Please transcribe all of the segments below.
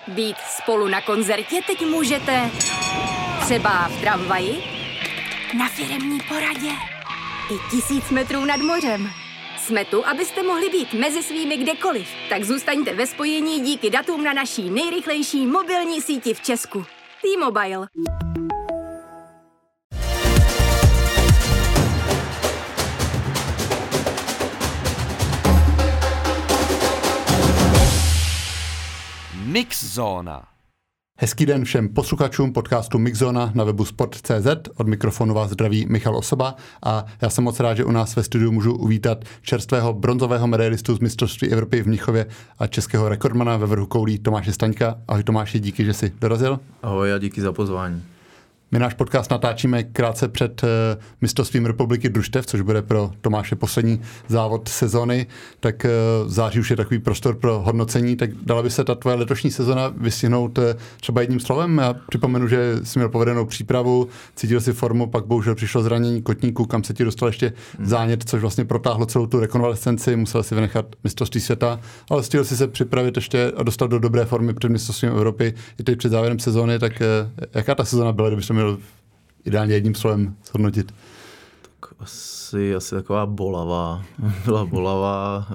Být spolu na koncertě teď můžete třeba v tramvaji, na firemní poradě i 1000 metrů nad mořem. Jsme tu, abyste mohli být mezi svými kdekoliv. Tak zůstaňte ve spojení díky datům na naší nejrychlejší mobilní síti v Česku. T-Mobile. Mixzóna. Hezký den všem posluchačům podcastu Mixzóna na webu sport.cz. Od mikrofonu vás zdraví Michal Osoba a já jsem moc rád, že u nás ve studiu můžu uvítat čerstvého bronzového medailistu z mistrovství Evropy v Mnichově a českého rekordmana ve vrhu koulí Tomáše Staňka. Ahoj Tomáši, díky, že jsi dorazil. Ahoj a díky za pozvání. My náš podcast natáčíme krátce před mistrovstvím republiky družstev, což bude pro Tomáše poslední závod sezony, tak v září už je takový prostor pro hodnocení, tak dala by se ta tvoje letošní sezona vystihnout třeba jedním slovem. Já připomenu, že jsi měl povedenou přípravu, cítil si formu, pak bohužel přišlo zranění kotníku, kam se ti dostal ještě zánět, což vlastně protáhlo celou tu rekonvalescenci, musel si vynechat mistrovství světa, ale stihl si se připravit ještě a dostat do dobré formy před mistrovstvím Evropy i teď před závěrem sezony, tak jaká ta sezona byla, kdyby měl ideálně jedním slovem shodnotit? Tak asi taková bolavá. Byla bolavá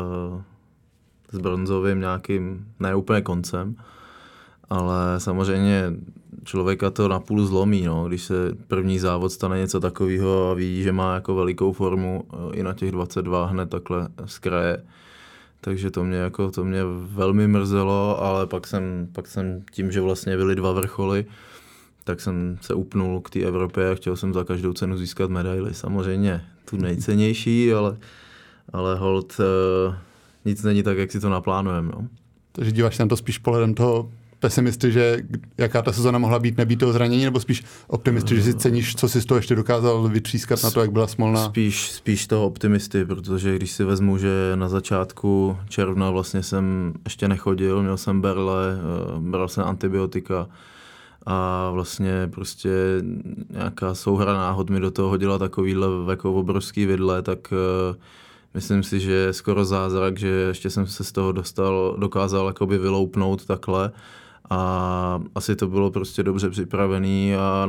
s bronzovým nějakým, ne úplně koncem, ale samozřejmě člověka to napůl zlomí, no, když se první závod stane něco takového a ví, že má jako velikou formu i na těch 22 hned takhle z kraje. Takže to mě velmi mrzelo, ale pak jsem tím, že vlastně byly dva vrcholy, tak jsem se upnul k té Evropě a chtěl jsem za každou cenu získat medaili. Samozřejmě tu nejcennější, ale holt nic není tak, jak si to naplánujeme. No. Takže díváš se na to spíš pohledem toho pesimisty, že jaká ta sezona mohla být, nebýt toho zranění, nebo spíš optimisty, že si ceníš, co si z toho ještě dokázal vytřískat na to, jak byla smolná? Spíš toho optimisty, protože když si vezmu, že na začátku června vlastně jsem ještě nechodil, měl jsem berle, bral jsem antibiotika, a vlastně prostě nějaká souhra náhod mi do toho hodila takovýhle jako obrovský vidle, tak myslím si, že je skoro zázrak, že ještě jsem se z toho dokázal jakoby vyloupnout takhle a asi to bylo prostě dobře připravený a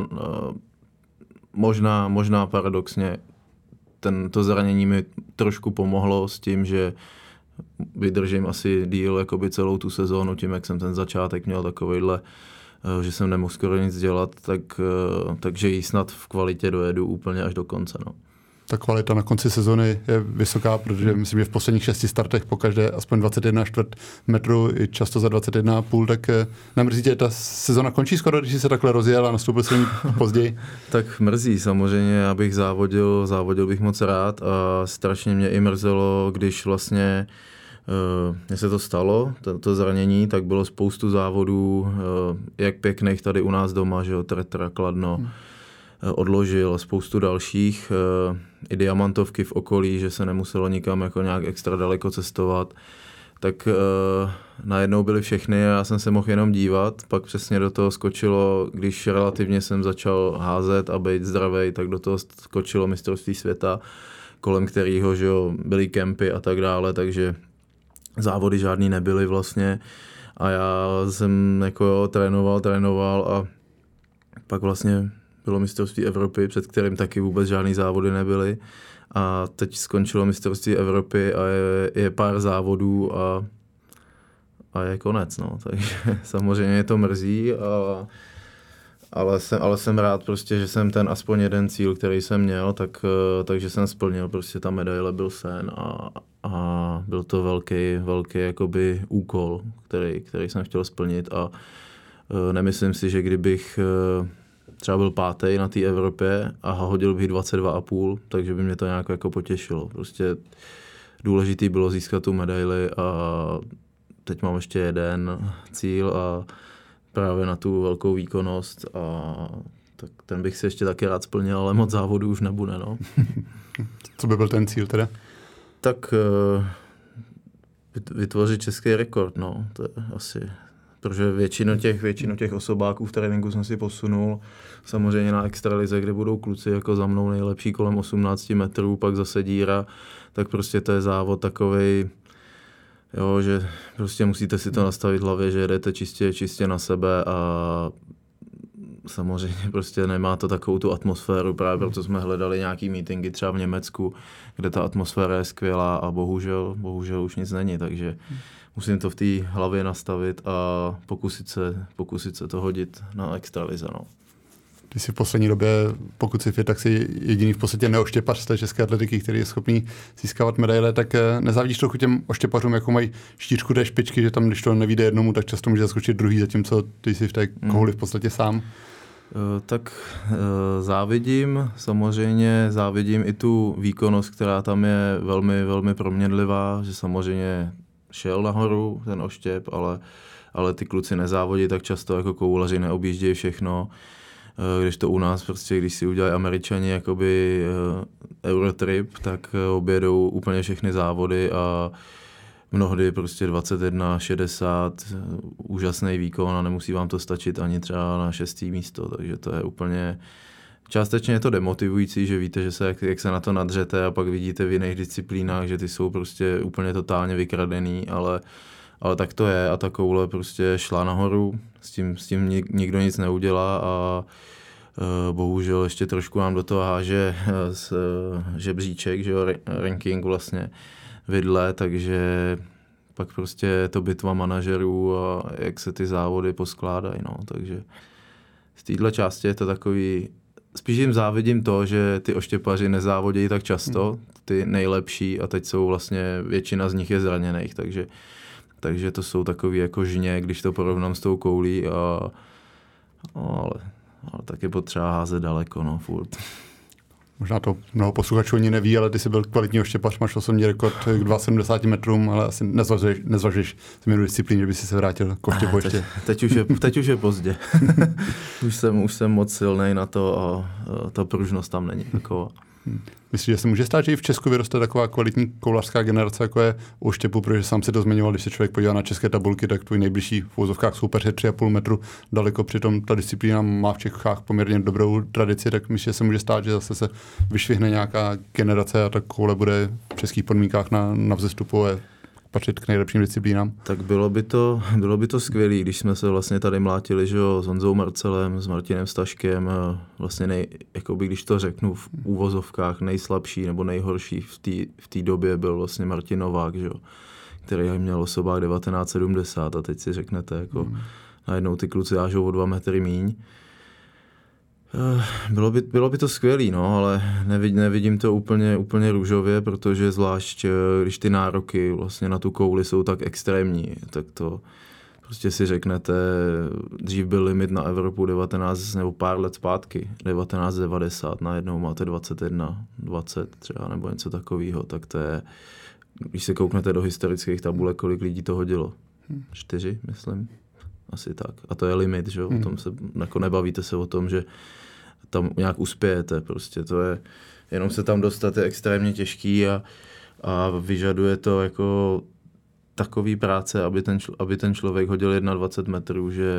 možná paradoxně to zranění mi trošku pomohlo s tím, že vydržím asi díl jakoby celou tu sezónu tím, jak jsem ten začátek měl takovejhle, že jsem nemohl skoro nic dělat, takže ji snad v kvalitě dojedu úplně až do konce. No. Ta kvalita na konci sezony je vysoká, protože myslím, že v posledních 6 startech pokaždé aspoň 21,4 metru, i často za 21,5, tak nemrzí tě, ta sezona končí skoro, když jsi se takhle rozjel a nastoupil jsem později? Tak mrzí samozřejmě, abych závodil bych moc rád a strašně mě i mrzelo, když vlastně mně se to stalo, to zranění, tak bylo spoustu závodů, jak pěkných tady u nás doma, že jo, Tratra, Kladno, odložil spoustu dalších, i diamantovky v okolí, že se nemuselo nikam jako nějak extra daleko cestovat, tak najednou byly všechny a já jsem se mohl jenom dívat, pak přesně do toho skočilo, když relativně jsem začal házet a být zdravej, tak do toho skočilo mistrovství světa, kolem kterého, že jo, byly kempy a tak dále, takže závody žádný nebyly vlastně a já jsem jako trénoval a pak vlastně bylo mistrovství Evropy, před kterým taky vůbec žádný závody nebyly a teď skončilo mistrovství Evropy a je pár závodů a je konec, no, takže samozřejmě to mrzí, ale jsem rád prostě, že jsem ten aspoň jeden cíl, který jsem měl, takže jsem splnil, prostě ta medaile byl sen a byl to velký jakoby úkol, který jsem chtěl splnit a nemyslím si, že kdybych třeba byl 5. na té Evropě a hodil bych 22,5, takže by mě to nějak jako potěšilo. Prostě důležitý bylo získat tu medaili a teď mám ještě jeden cíl a právě na tu velkou výkonnost a tak ten bych si ještě taky rád splnil, ale moc závodů už nebude, no. Co by byl ten cíl teda? Tak vytvořit český rekord, no, to je asi, protože většinu těch osobáků v tréninku jsem si posunul, samozřejmě na extralize, kde budou kluci jako za mnou nejlepší kolem 18 metrů, pak zase díra, tak prostě to je závod takovej, Jo, že prostě musíte si to nastavit v hlavě, že jedete čistě na sebe a samozřejmě prostě nemá to takovou tu atmosféru, právě proto jsme hledali nějaký meetingy třeba v Německu, kde ta atmosféra je skvělá a bohužel už nic není, takže musím to v té hlavě nastavit a pokusit se to hodit na extralize. No. Ty jsi v poslední době, pokud jsi fit, tak jsi jediný v podstatě neoštěpař z té české atletiky, který je schopný získávat medaile, tak nezávidíš trochu těm oštěpařům, jako mají štířku té špičky, že tam, když to nevyjde jednomu, tak často může zaskočit druhý, zatímco ty jsi v té kouli v podstatě sám. Tak závidím i tu výkonnost, která tam je velmi, velmi proměnlivá, že samozřejmě šel nahoru ten oštěp, ale ty kluci nezávodí tak často jako koulaři, neobjíždějí všechno, když to u nás prostě, když si udělají Američani jakoby Eurotrip, tak objedou úplně všechny závody a mnohdy prostě 21-60, úžasný výkon a nemusí vám to stačit ani třeba na 6. místo, takže to je úplně, částečně je to demotivující, že víte, že jak se na to nadřete a pak vidíte v jiných disciplínách, že ty jsou prostě úplně totálně vykradený, ale tak to je a ta koule prostě šla nahoru, s tím nikdo nic neudělá a bohužel ještě trošku nám do toho háže žebříček, že jo, ranking vlastně vidle, takže pak prostě je to bitva manažerů a jak se ty závody poskládají, no, takže z téhle části je to takový, spíš jim závidím to, že ty oštěpaři nezávodějí tak často, ty nejlepší a teď jsou vlastně, většina z nich je zraněných, takže to jsou takový jako žně, když to porovnám s tou koulí ale tak je potřeba házet daleko, no, furt. Možná to mnoho posluchačů ani neví, ale ty jsi byl kvalitní oštěpař, máš osobní rekord k 72 metrům, ale asi nezvažuješ změnu disciplíny, že by si se vrátil k oštěpu ještě. Teď už je pozdě. už jsem moc silnej na to a ta pružnost tam není taková. Myslíš, že se může stát, že i v Česku vyroste taková kvalitní koulařská generace, jako je u oštěpu, protože sám si to zmiňoval, když se člověk podívá na české tabulky, tak tvůj nejbližší v uvozovkách soupeř je 3,5 metru daleko, přitom ta disciplína má v Čechách poměrně dobrou tradici, tak myslíš, že se může stát, že zase se vyšvihne nějaká generace a ta koule bude v českých podmínkách na vzestupu a patřit k nejlepším disciplínám? Tak bylo by to skvělé, když jsme se vlastně tady mlátili, že jo, s Honzou Marcelem, s Martinem Staškem, vlastně jakoby, když to řeknu v úvozovkách, nejslabší nebo nejhorší v té době byl vlastně Martin Novák, že jo, který měl osobák 1970 a teď si řeknete, jako najednou ty kluci jážou o 2 metry míň. Bylo by to skvělý, no, ale nevidím to úplně růžově, protože zvlášť, když ty nároky vlastně na tu kouli jsou tak extrémní, tak to prostě si řeknete, dřív byl limit na Evropu 19 nebo pár let zpátky, 1990, najednou máte 21, 20 třeba nebo něco takového, tak to je, když se kouknete do historických tabulek, kolik lidí to hodilo? 4, myslím. Asi tak. A to je limit, že jo? O tom se, jako nebavíte se o tom, že tam nějak uspějete. Prostě to je, jenom se tam dostat je extrémně těžký a vyžaduje to jako takový práce, aby ten člověk hodil 21 metrů, že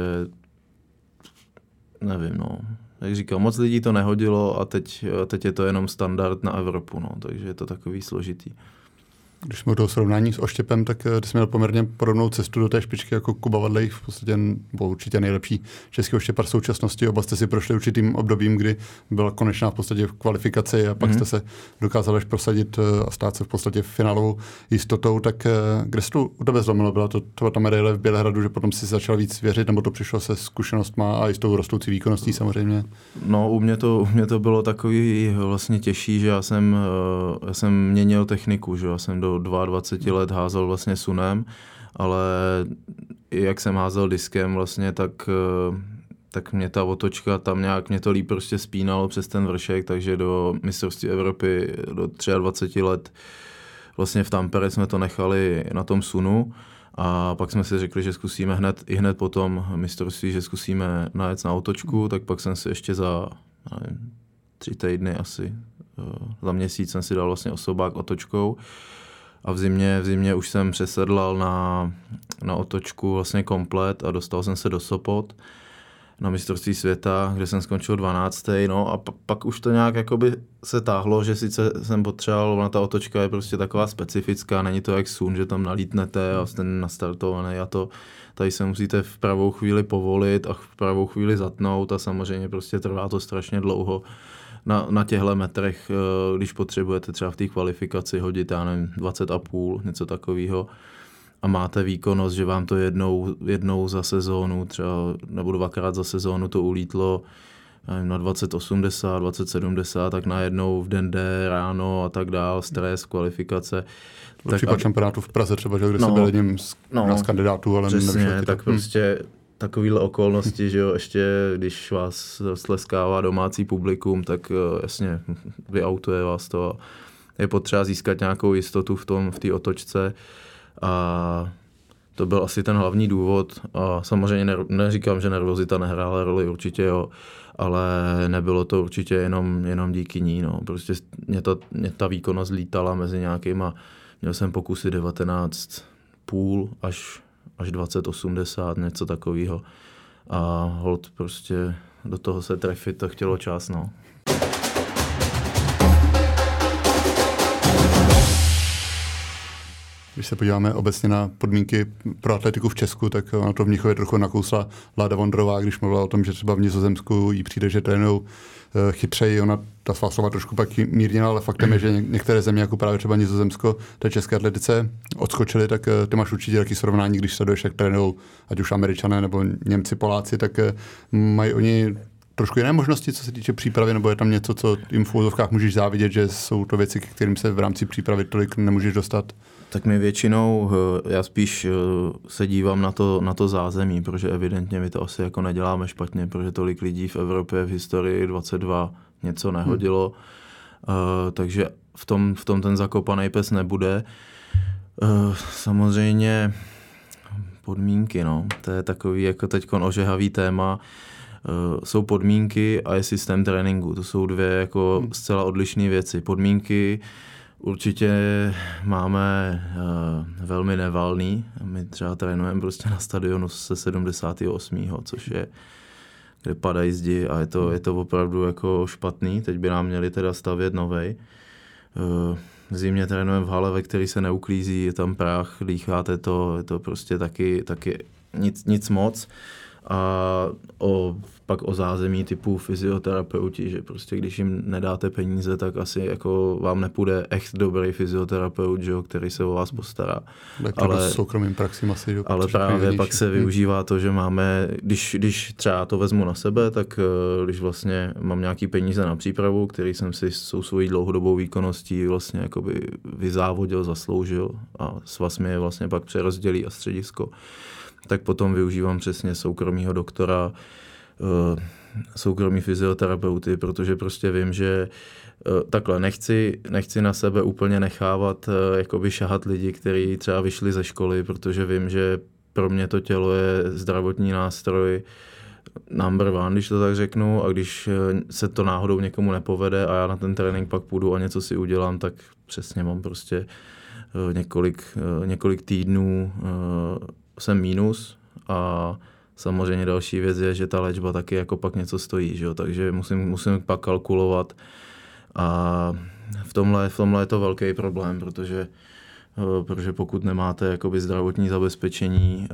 nevím, no. Jak říkám, moc lidí to nehodilo a teď je to jenom standard na Evropu, no. Takže je to takový složitý. Když jsme u toho srovnání s oštěpem, tak ty jsi měl poměrně podobnou cestu do té špičky jako Kuba Vadlejch, v podstatě byl určitě nejlepší český oštěpar v současnosti. Oba jste si prošli určitým obdobím, kdy byla konečná v podstatě v kvalifikaci a pak jste se dokázali až prosadit a stát se v podstatě finálovou jistotou. Tak kde se to u tebe zlomilo? Byla to ta medaile v Bělehradu, že potom si začal víc věřit, nebo to přišlo se zkušenostma a i s tou rostoucí výkonností samozřejmě? No, u mě to bylo takový vlastně těžší, že já jsem měnil techniku, že já jsem do 22 let házel vlastně sunem, ale jak jsem házel diskem vlastně, tak mě ta otočka tam nějak mě to líp prostě spínalo přes ten vršek, takže do mistrovství Evropy do 23 let vlastně v Tampere jsme to nechali na tom sunu a pak jsme si řekli, že zkusíme hned po tom mistrovství, že zkusíme najet na otočku, tak pak jsem si ještě za 3 týdny asi, za měsíc jsem si dal vlastně osobák otočkou. A v zimě už jsem přesedlal na otočku vlastně komplet a dostal jsem se do Sopot. na mistrovství světa, kde jsem skončil 12. No a pak už to nějak jakoby se táhlo, že sice jsem potřeboval, ona ta otočka je prostě taková specifická, není to jak sun, že tam nalítnete a jste nastartovaný a to, tady se musíte v pravou chvíli povolit a v pravou chvíli zatnout a samozřejmě prostě trvá to strašně dlouho. Na těchto metrech, když potřebujete třeba v té kvalifikaci hodit, já nevím, 20,5, něco takového, a máte výkonnost, že vám to jednou za sezónu, třeba nebo dvakrát za sezónu to ulítlo na 20,80, 20,70, tak najednou v den D, ráno a tak dál, stres, kvalifikace. Případ šampionátu v Praze třeba, že, kde se byl jedním z kandidátů, ale přesně, tak prostě takovýhle okolnosti, že jo, ještě když vás sleskává domácí publikum, tak jasně vyautuje vás to. Je potřeba získat nějakou jistotu v té otočce a to byl asi ten hlavní důvod. A samozřejmě neříkám, že nervozita nehrála roli, určitě jo, ale nebylo to určitě jenom díky ní. No. Prostě mě ta výkonnost lítala mezi nějakýma, měl jsem pokusy 19,5 až 20,80, něco takového. A hold prostě do toho se trefit, to chtělo čas, no. Když se podíváme obecně na podmínky pro atletiku v Česku, tak na to v Mnichově trochu nakousla Láda Vondrová, když mluvila o tom, že třeba v Nizozemsku jí přijde, že trénujou chytřeji. Ona ta svá slova trošku pak mírněla, ale faktem je, že některé země, jako právě třeba Nizozemsko, té české atletice odskočily, tak ty máš určitě taky srovnání, když sleduješ, jak trénují ať už Američané nebo Němci, Poláci, tak mají oni trošku jiné možnosti, co se týče přípravy, nebo je tam něco, co jim v úvozovkách můžeš závidět, že jsou to věci, k kterým se v rámci přípravy tolik nemůžeš dostat? Tak my většinou, já spíš se dívám na to zázemí, protože evidentně my to asi jako neděláme špatně, protože tolik lidí v Evropě v historii 22 něco nehodilo, takže v tom ten zakopaný pes nebude. Samozřejmě podmínky, no, to je takový jako teďkon ožehavý téma. Jsou podmínky a je systém tréninku. To jsou dvě jako zcela odlišné věci. Podmínky určitě máme velmi nevalný. My třeba trénujeme prostě na stadionu se 78., což je, kde padají zdi a je to opravdu jako špatný. Teď by nám měli teda stavět novej. V zimě trénujeme v hale, ve který se neuklízí, je tam prach, dýcháte to, je to prostě taky nic moc. A pak o zázemí typu fyzioterapeuti, že prostě když jim nedáte peníze, tak asi jako vám nepůjde echt dobrý fyzioterapeut, že, který se o vás postará. Ale soukromým praxím asi. Že, ale právě pak se využívá to, že máme, když třeba to vezmu na sebe, tak když vlastně mám nějaký peníze na přípravu, který jsem si svou svojí dlouhodobou výkonností vlastně jakoby vyzávodil, zasloužil a svaz mi je vlastně pak přerozdělí a středisko, tak potom využívám přesně soukromýho doktora, soukromý fyzioterapeuty, protože prostě vím, že takhle nechci na sebe úplně nechávat jakoby šahat lidi, kteří třeba vyšli ze školy, protože vím, že pro mě to tělo je zdravotní nástroj number one, když to tak řeknu, a když se to náhodou někomu nepovede a já na ten trénink pak půjdu a něco si udělám, tak přesně mám prostě několik týdnů jsem mínus a samozřejmě další věc je, že ta léčba taky jako pak něco stojí, že jo? Takže musím pak kalkulovat a v tomhle je to velký problém, protože pokud nemáte jakoby zdravotní zabezpečení,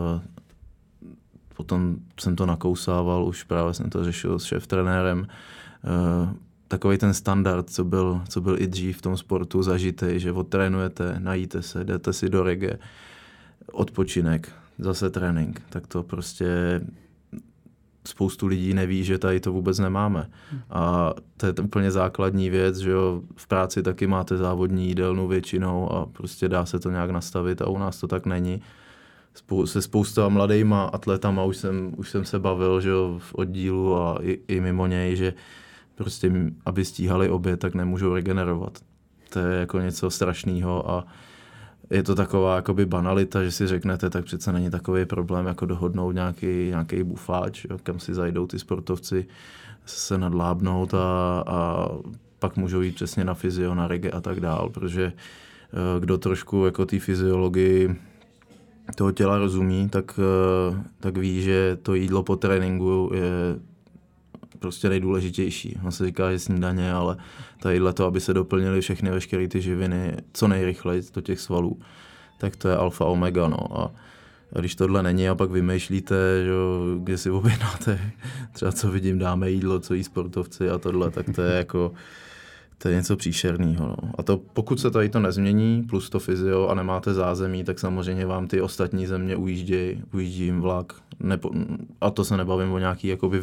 potom jsem to nakousával, už právě jsem to řešil s šéftrenérem, takový ten standard, co byl i dřív v tom sportu zažitej, že odtrénujete, najíte se, jdete si do reggae, odpočinek, zase trénink, tak to prostě spoustu lidí neví, že tady to vůbec nemáme. A to je úplně základní věc, že jo, v práci taky máte závodní jídelnu většinou a prostě dá se to nějak nastavit a u nás to tak není. Se spousta mladýma atletama už jsem se bavil, že jo, v oddílu a i mimo něj, že prostě aby stíhali oběd, tak nemůžou regenerovat. To je jako něco strašného a je to taková jakoby banalita, že si řeknete, tak přece není takový problém jako dohodnout nějaký bufáč, kam si zajdou ty sportovci se nadlábnout a pak můžou jít přesně na fyzio, na reggae a tak dál, protože kdo trošku jako té fyziologii toho těla rozumí, tak ví, že to jídlo po tréninku je prostě nejdůležitější. On se říká, že snídaně, ale ta jídla to, aby se doplnily veškeré ty živiny co nejrychleji do těch svalů, tak to je alfa omega, no. A když tohle není a pak vymýšlíte, že, kde si objednáte, třeba co vidím, dáme jídlo, co jí sportovci a tohle, tak to je jako, to je něco příšernýho. No. A to, pokud se tady to nezmění, plus to fyzio a nemáte zázemí, tak samozřejmě vám ty ostatní země ujíždí jim vlak. A to se nebavím o nějaký jakoby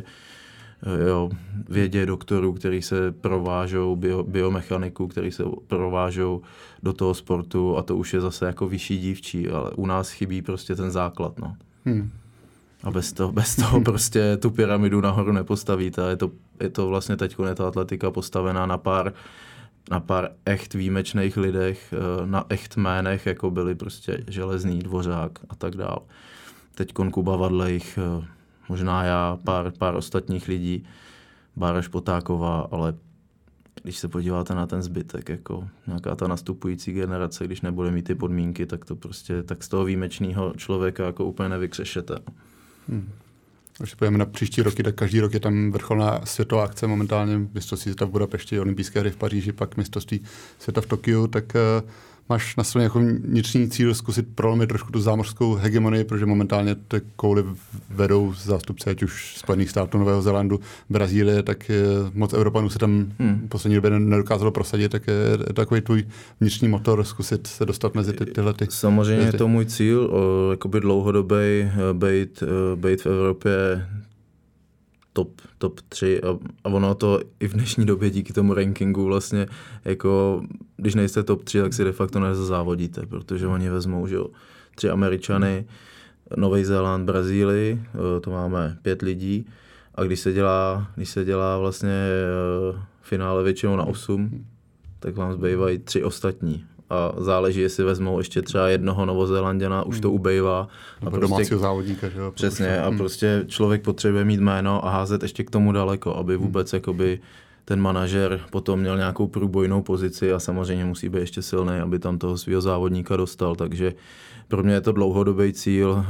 vědě doktorů, který se provážou, biomechaniků, který se provážou do toho sportu a to už je zase jako vyšší dívčí, ale u nás chybí prostě ten základ, no. A bez toho prostě tu pyramidu nahoru nepostavíte. Je to vlastně teď ta atletika postavená na pár echt výjimečných lidech, na echt jménech, jako byli prostě Železný, Dvořák a tak dál. Teď Kuba Vadlejch, možná já, pár ostatních lidí, Bára Špotáková, ale když se podíváte na ten zbytek, jako nějaká ta nastupující generace, když nebude mít ty podmínky, tak to prostě, tak z toho výjimečného člověka jako úplně nevykřešete. Když pojďme na příští roky, tak každý rok je tam vrcholná světová akce, momentálně mistrovství světa v Budapešti, olympijské hry v Paříži, pak mistrovství světa v Tokiu, tak máš na straně jako vnitřní cíl zkusit prolomit trošku tu zámořskou hegemonii, protože momentálně ty kouly vedou zástupci, ať už Spojených států, Nového Zélandu, Brazílie, tak moc Evropanů se tam v poslední době nedokázalo prosadit, tak je takový tvůj vnitřní motor zkusit se dostat mezi tyhle ty. Samozřejmě je to můj cíl, jakoby dlouhodobý být v Evropě top 3 a ono to i v dnešní době díky tomu rankingu vlastně, jako když nejste top 3, tak si de facto nezazávodíte, protože oni vezmou, že jo, 3 Američany, Nový Zéland, Brazílii, to máme 5 lidí a když se dělá vlastně finále většinou na 8, tak vám zbývají 3 ostatní. A záleží, jestli vezmou ještě třeba jednoho Novozélanděna, už to ubejvá. A prostě, domácího závodníka. Že? Přesně, a prostě člověk potřebuje mít jméno a házet ještě k tomu daleko, aby vůbec jakoby ten manažer potom měl nějakou průbojnou pozici a samozřejmě musí být ještě silný, aby tam toho svého závodníka dostal. Takže pro mě je to dlouhodobý cíl.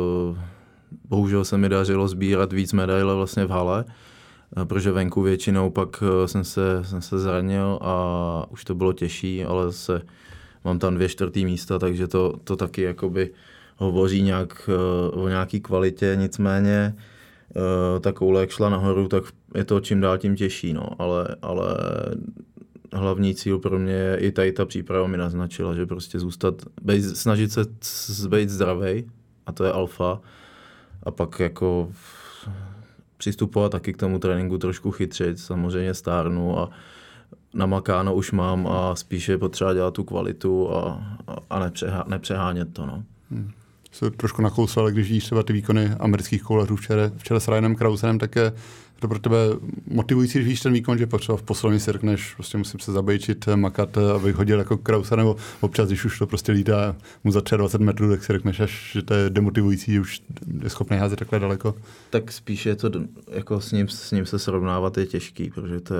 Bohužel se mi dařilo sbírat víc medaile vlastně v hale, protože venku většinou pak jsem se zranil a už to bylo těžší, ale mám tam 2/4 místa, takže to taky jakoby hovoří nějak o nějaký kvalitě, nicméně ta koule jak šla nahoru, tak je to čím dál tím těžší, no, ale hlavní cíl pro mě je i tady ta příprava mi naznačila, že prostě snažit se být zdravej, a to je alfa, a pak jako přistupovat taky k tomu tréninku trošku chytřit, samozřejmě stárnu a namakáno už mám a spíše potřeba dělat tu kvalitu a nepřehánět to. No. Se trošku nakousal, ale když vidíš třeba ty výkony amerických koulařů včera s Ryanem Krausenem, tak je to pro tebe motivující, když vidíš ten výkon, že potřeba v poslední si řekneš, prostě musím se zabejčit, makat, abych hodil jako Krause, nebo občas, když už to prostě lítá mu za 20 metrů, tak si řekneš až, že to je demotivující, už je schopný házet takhle daleko. Tak spíš je to, jako s ním se srovnávat je těžký, protože to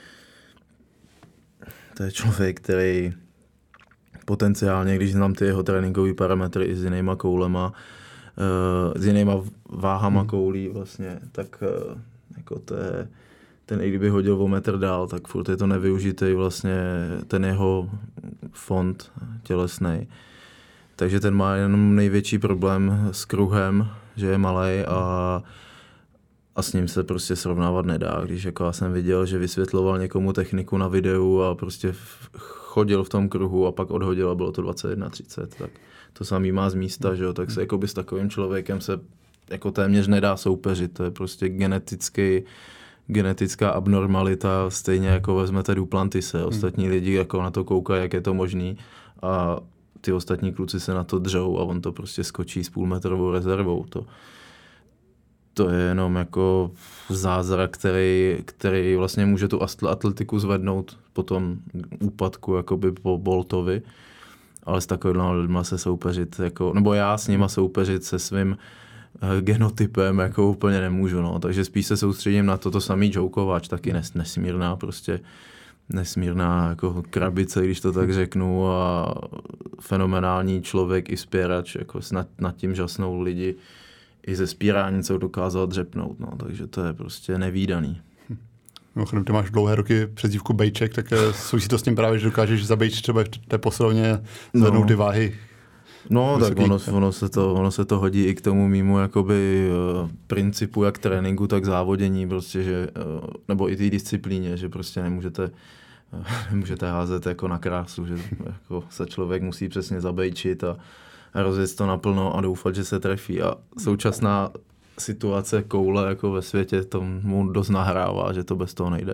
je člověk, který potenciálně, když znám ty jeho tréninkové parametry i s jinýma koulema, s jinýma váhama koulí vlastně, tak jako to je, ten i kdyby hodil o metr dál, tak furt je to nevyužitý vlastně ten jeho fond tělesnej. Takže ten má jenom největší problém s kruhem, že je malej a s ním se prostě srovnávat nedá. Když jako já jsem viděl, že vysvětloval někomu techniku na videu a prostě chodil v tom kruhu a pak odhodil a bylo to 21:30, tak to samý má z místa, že jo, tak se jakoby s takovým člověkem se jako téměř nedá soupeřit, to je prostě genetická abnormalita, stejně jako vezmete Duplantise, ostatní lidi jako na to koukají, jak je to možný a ty ostatní kluci se na to dřou a on to prostě skočí s půlmetrovou rezervou, to je jenom jako zázrak, který vlastně může tu atletiku zvednout po tom úpadku jakoby po Boltovi, ale s takovýmhle lidma se soupeřit, jako, nebo já s nima soupeřit se svým genotypem jako úplně nemůžu, no. Takže spíš se soustředím na to samý Djokovic, taky nesmírná prostě nesmírná jako krabice, když to tak řeknu, a fenomenální člověk i spěrač, jako nad tím žasnou lidi i ze spírání, co dokázal dřepnout, no, takže to je prostě nevídaný. Mimochodem, ty máš dlouhé roky přezdívku Bejček, tak souvisí to s tím právě, že dokážeš zabejčit třeba v té posilovně zvednout ty váhy. No, tak ono se to hodí i k tomu mýmu jakoby principu jak tréninku, tak závodění, prostě, že, nebo i té disciplíně, že prostě nemůžete házet jako na krásu, že jako se člověk musí přesně zabejčit a rozjet to naplno a doufat, že se trefí. A současná situace koule jako ve světě tomu dost nahrává, že to bez toho nejde.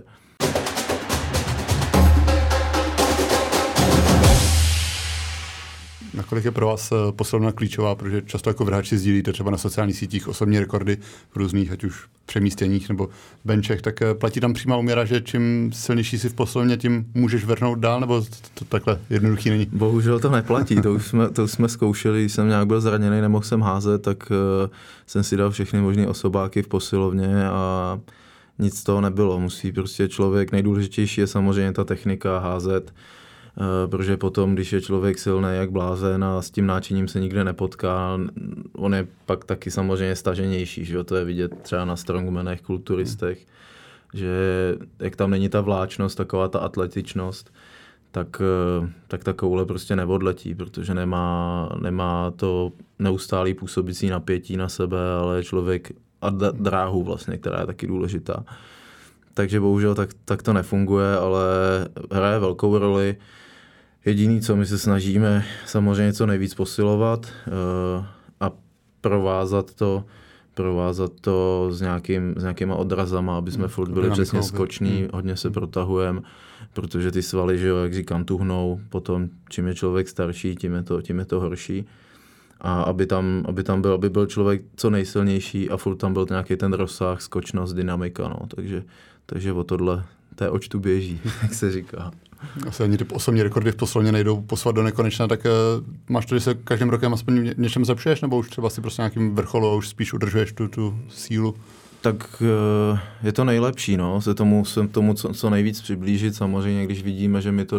Nakolik je pro vás posilovna klíčová, protože často jako vrhači sdílíte třeba na sociálních sítích osobní rekordy v různých, ať už přemístěních nebo benčech, tak platí tam přímá úměra, že čím silnější si v posilovně, tím můžeš vrhnout dál, nebo to takhle jednoduchý není? Bohužel to neplatí, to jsme zkoušeli, když jsem nějak byl zraněný, nemohl jsem házet, tak jsem si dal všechny možné osobáky v posilovně a nic z toho nebylo. Musí prostě člověk, nejdůležitější je samozřejmě ta technika házet, protože potom, když je člověk silný jak blázen a s tím náčiním se nikde nepotká, on je pak taky samozřejmě staženější, že jo? To je vidět třeba na strongmanech, kulturistech, že jak tam není ta vláčnost, taková ta atletičnost, tak ta koule prostě neodletí, protože nemá to neustálý působící napětí na sebe, ale člověk a dráhu vlastně, která je taky důležitá. Takže bohužel tak to nefunguje, ale hraje velkou roli. Jediný, co my se snažíme, samozřejmě co nejvíc posilovat a provázat to s nějakýma odrazama, aby jsme furt byli přesně skoční, hodně se protahujeme, protože ty svaly, že jo, jak říkám, tuhnou, potom čím je člověk starší, tím je to horší. A aby byl člověk co nejsilnější a furt tam byl nějaký ten rozsah, skočnost, dynamika, no, takže o tohle té očtu běží, jak se říká. Asi ani ty osobní rekordy v posilovně nejdou poslat do nekonečna, tak máš to, že se každým rokem aspoň něčem zlepšuješ, nebo už třeba si prostě nějakým vrcholu a už spíš udržuješ tu sílu? Tak je to nejlepší, no, se tomu co nejvíc přiblížit, samozřejmě, když vidíme, že mi to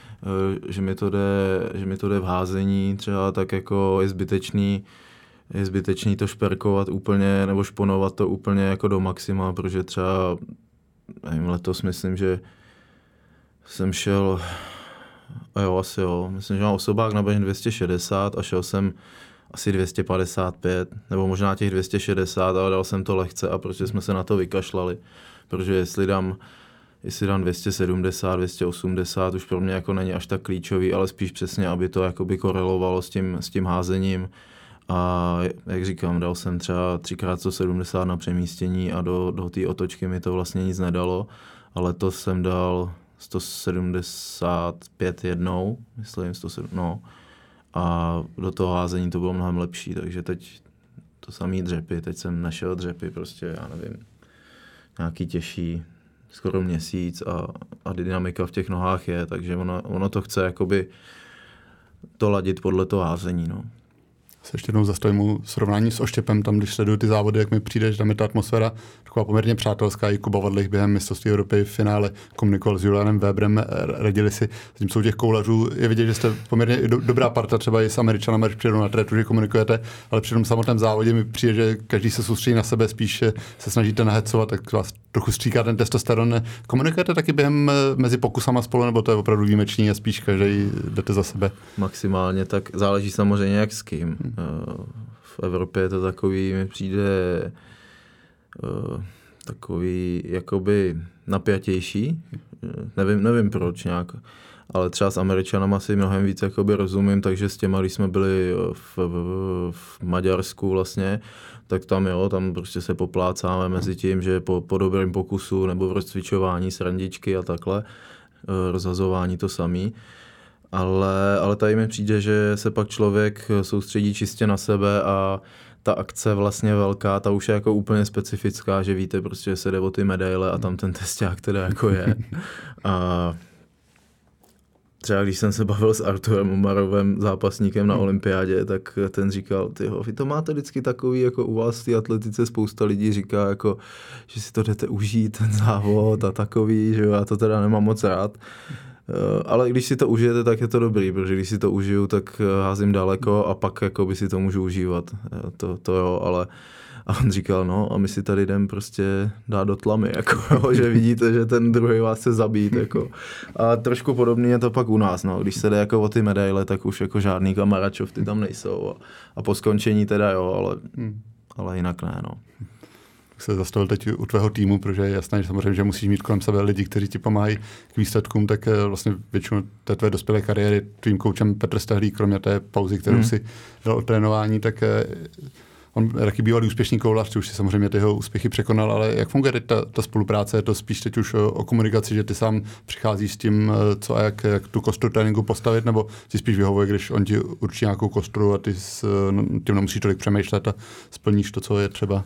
jde v házení třeba, tak jako je zbytečný to šperkovat úplně, nebo šponovat to úplně jako do maxima, protože třeba, nevím, letos myslím, že jsem šel, myslím, že mám osobák na běžně 260 a šel jsem asi 255, nebo možná těch 260, ale dal jsem to lehce a prostě jsme se na to vykašlali, protože jestli dám 270, 280, už pro mě jako není až tak klíčový, ale spíš přesně, aby to jakoby korelovalo s tím házením. A jak říkám, dal jsem třeba 3x170 na přemístění a do té otočky mi to vlastně nic nedalo, ale to jsem dal 175 jednou, myslím, 107, no. A do toho házení to bylo mnohem lepší, takže teď to samý dřepy, teď jsem našel dřepy prostě, já nevím, nějaký těžší, skoro měsíc a dynamika v těch nohách je, takže ono to chce jakoby to ladit podle toho házení, no. Se ještě jednou zastavím u srovnání s Oštěpem, tam když sleduju ty závody, jak mi přijdeš, tam je ta atmosféra taková poměrně přátelská, i Kuba Vadlich během mistrovství Evropy v finále komunikoval s Julianem Weberem, radili si, zatímco u těch koulařů je vidět, že jste poměrně dobrá parta, třeba i s Američanama, když přijedou na trétu, že komunikujete, ale při tom samotném závodě mi přijde, že každý se soustředí na sebe, spíš se snažíte nahecovat, tak vás trochu stříká ten testosteron. Komunikujete taky během mezi pokusama spolu, nebo to je opravdu výjimečný a spíš každý jdete za sebe? Maximálně, tak záleží samozřejmě jak s kým. V Evropě je to takový, mi přijde takový jakoby napjatější, nevím proč nějak, ale třeba s Američanama si mnohem víc jakoby rozumím, takže s těma, když jsme byli v Maďarsku vlastně, tak tam prostě se poplácáme mezi tím, že po dobrém pokusu nebo v rozcvičování srandičky a takhle, rozhazování to samý. Ale tady mi přijde, že se pak člověk soustředí čistě na sebe a ta akce vlastně velká, ta už je jako úplně specifická, že víte prostě, že se jde o ty medaile a tam ten tesťák teda jako je. třeba když jsem se bavil s Arturem Umarovem, zápasníkem na olympiádě, tak ten říkal, tyjo, vy to máte vždycky takový, jako u vás v té atletice spousta lidí říká, jako, že si to jdete užít, ten závod a takový, že já to teda nemám moc rád. Ale když si to užijete, tak je to dobrý, protože když si to užiju, tak házím daleko a pak jako by si to můžu užívat. To jo, ale a on říkal, no a my si tady jdem prostě dát do tlamy, jako, že vidíte, že ten druhý vás chce zabít. Jako. A trošku podobný je to pak u nás, no. Když se jde jako o ty medaile, tak už jako žádný Kamaračov tam nejsou. A po skončení teda jo, ale jinak ne, no. Se zastavil teď u tvého týmu, protože je jasné, že samozřejmě, že musíš mít kolem sebe lidi, kteří ti pomáhají k výsledkům, tak vlastně většinu té tvé dospělé kariéry tvým koučem Petr Stehlík, kromě té pauzy, kterou si dal od trénování, tak on taky bývalý úspěšný koulař, ty už si samozřejmě ty jeho úspěchy překonal, ale jak funguje teď ta spolupráce? Je to spíš teď už o komunikaci, že ty sám přicházíš s tím, co a jak tu kostru tréninku postavit, nebo si spíš vyhovuje, když on ti určí nějakou kostru a ty tím nemusíš tolik přemýšlet a splníš to, co je třeba?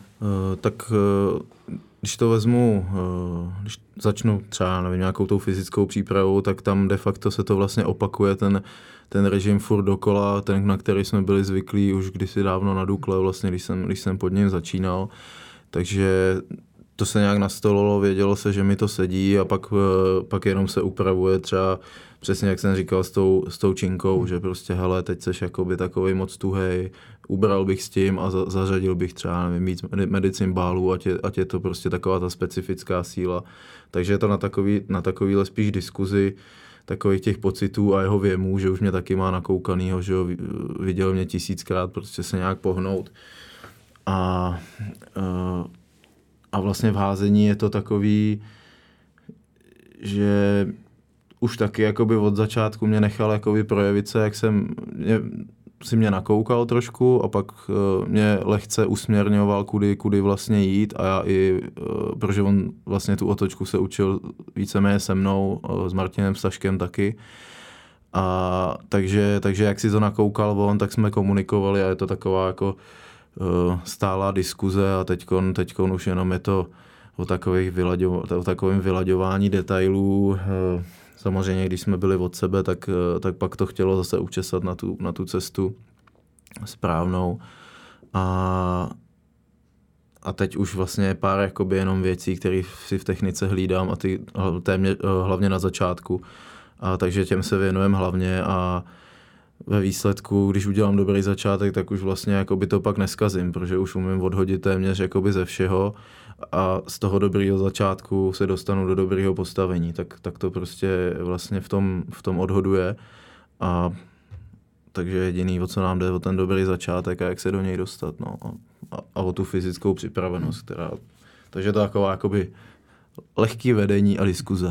Když to vezmu, když začnu třeba nevím, nějakou tou fyzickou přípravou, tak tam de facto se to vlastně opakuje ten režim furt dokola, ten, na který jsme byli zvyklí už kdysi dávno na Dukle, vlastně, když jsem pod ním začínal. Takže to se nějak nastolilo, vědělo se, že mi to sedí a pak jenom se upravuje třeba přesně, jak jsem říkal, s tou činkou, že prostě hele, teď seš jakoby takovej moc tuhej, ubral bych s tím a zařadil bych třeba, nevím, víc medicimbálů, ať je to prostě taková ta specifická síla. Takže je to na takovýhle spíš diskuzi, takových těch pocitů a jeho věmů, že už mě taky má nakoukanýho, že ho viděl mě 1000krát prostě se nějak pohnout. A vlastně v házení je to takový, že už taky jakoby od začátku mě nechal jakoby projevit se, jak si mě nakoukal trošku a pak mě lehce usměrňoval, kudy vlastně jít a já i, protože on vlastně tu otočku se učil víceméně se mnou, s Martinem Staškem taky. A takže jak si to nakoukal on, tak jsme komunikovali a je to taková jako stálá diskuze a teďkon už jenom je to o takovém vylaďování detailů. Samozřejmě, když jsme byli od sebe, tak pak to chtělo zase učesat na tu cestu správnou. A teď už vlastně pár jakoby jenom věcí, které si v technice hlídám a ty hlavně na začátku. A takže těm se věnujeme hlavně a ve výsledku, když udělám dobrý začátek, tak už vlastně jakoby to pak neskazím, protože už umím odhodit téměř jakoby ze všeho a z toho dobrýho začátku se dostanu do dobrýho postavení. Tak to prostě vlastně v tom odhoduje. A takže jediný, o co nám jde, o ten dobrý začátek a jak se do něj dostat. No. A o tu fyzickou připravenost. Takže to taková jakoby lehký vedení a diskuze.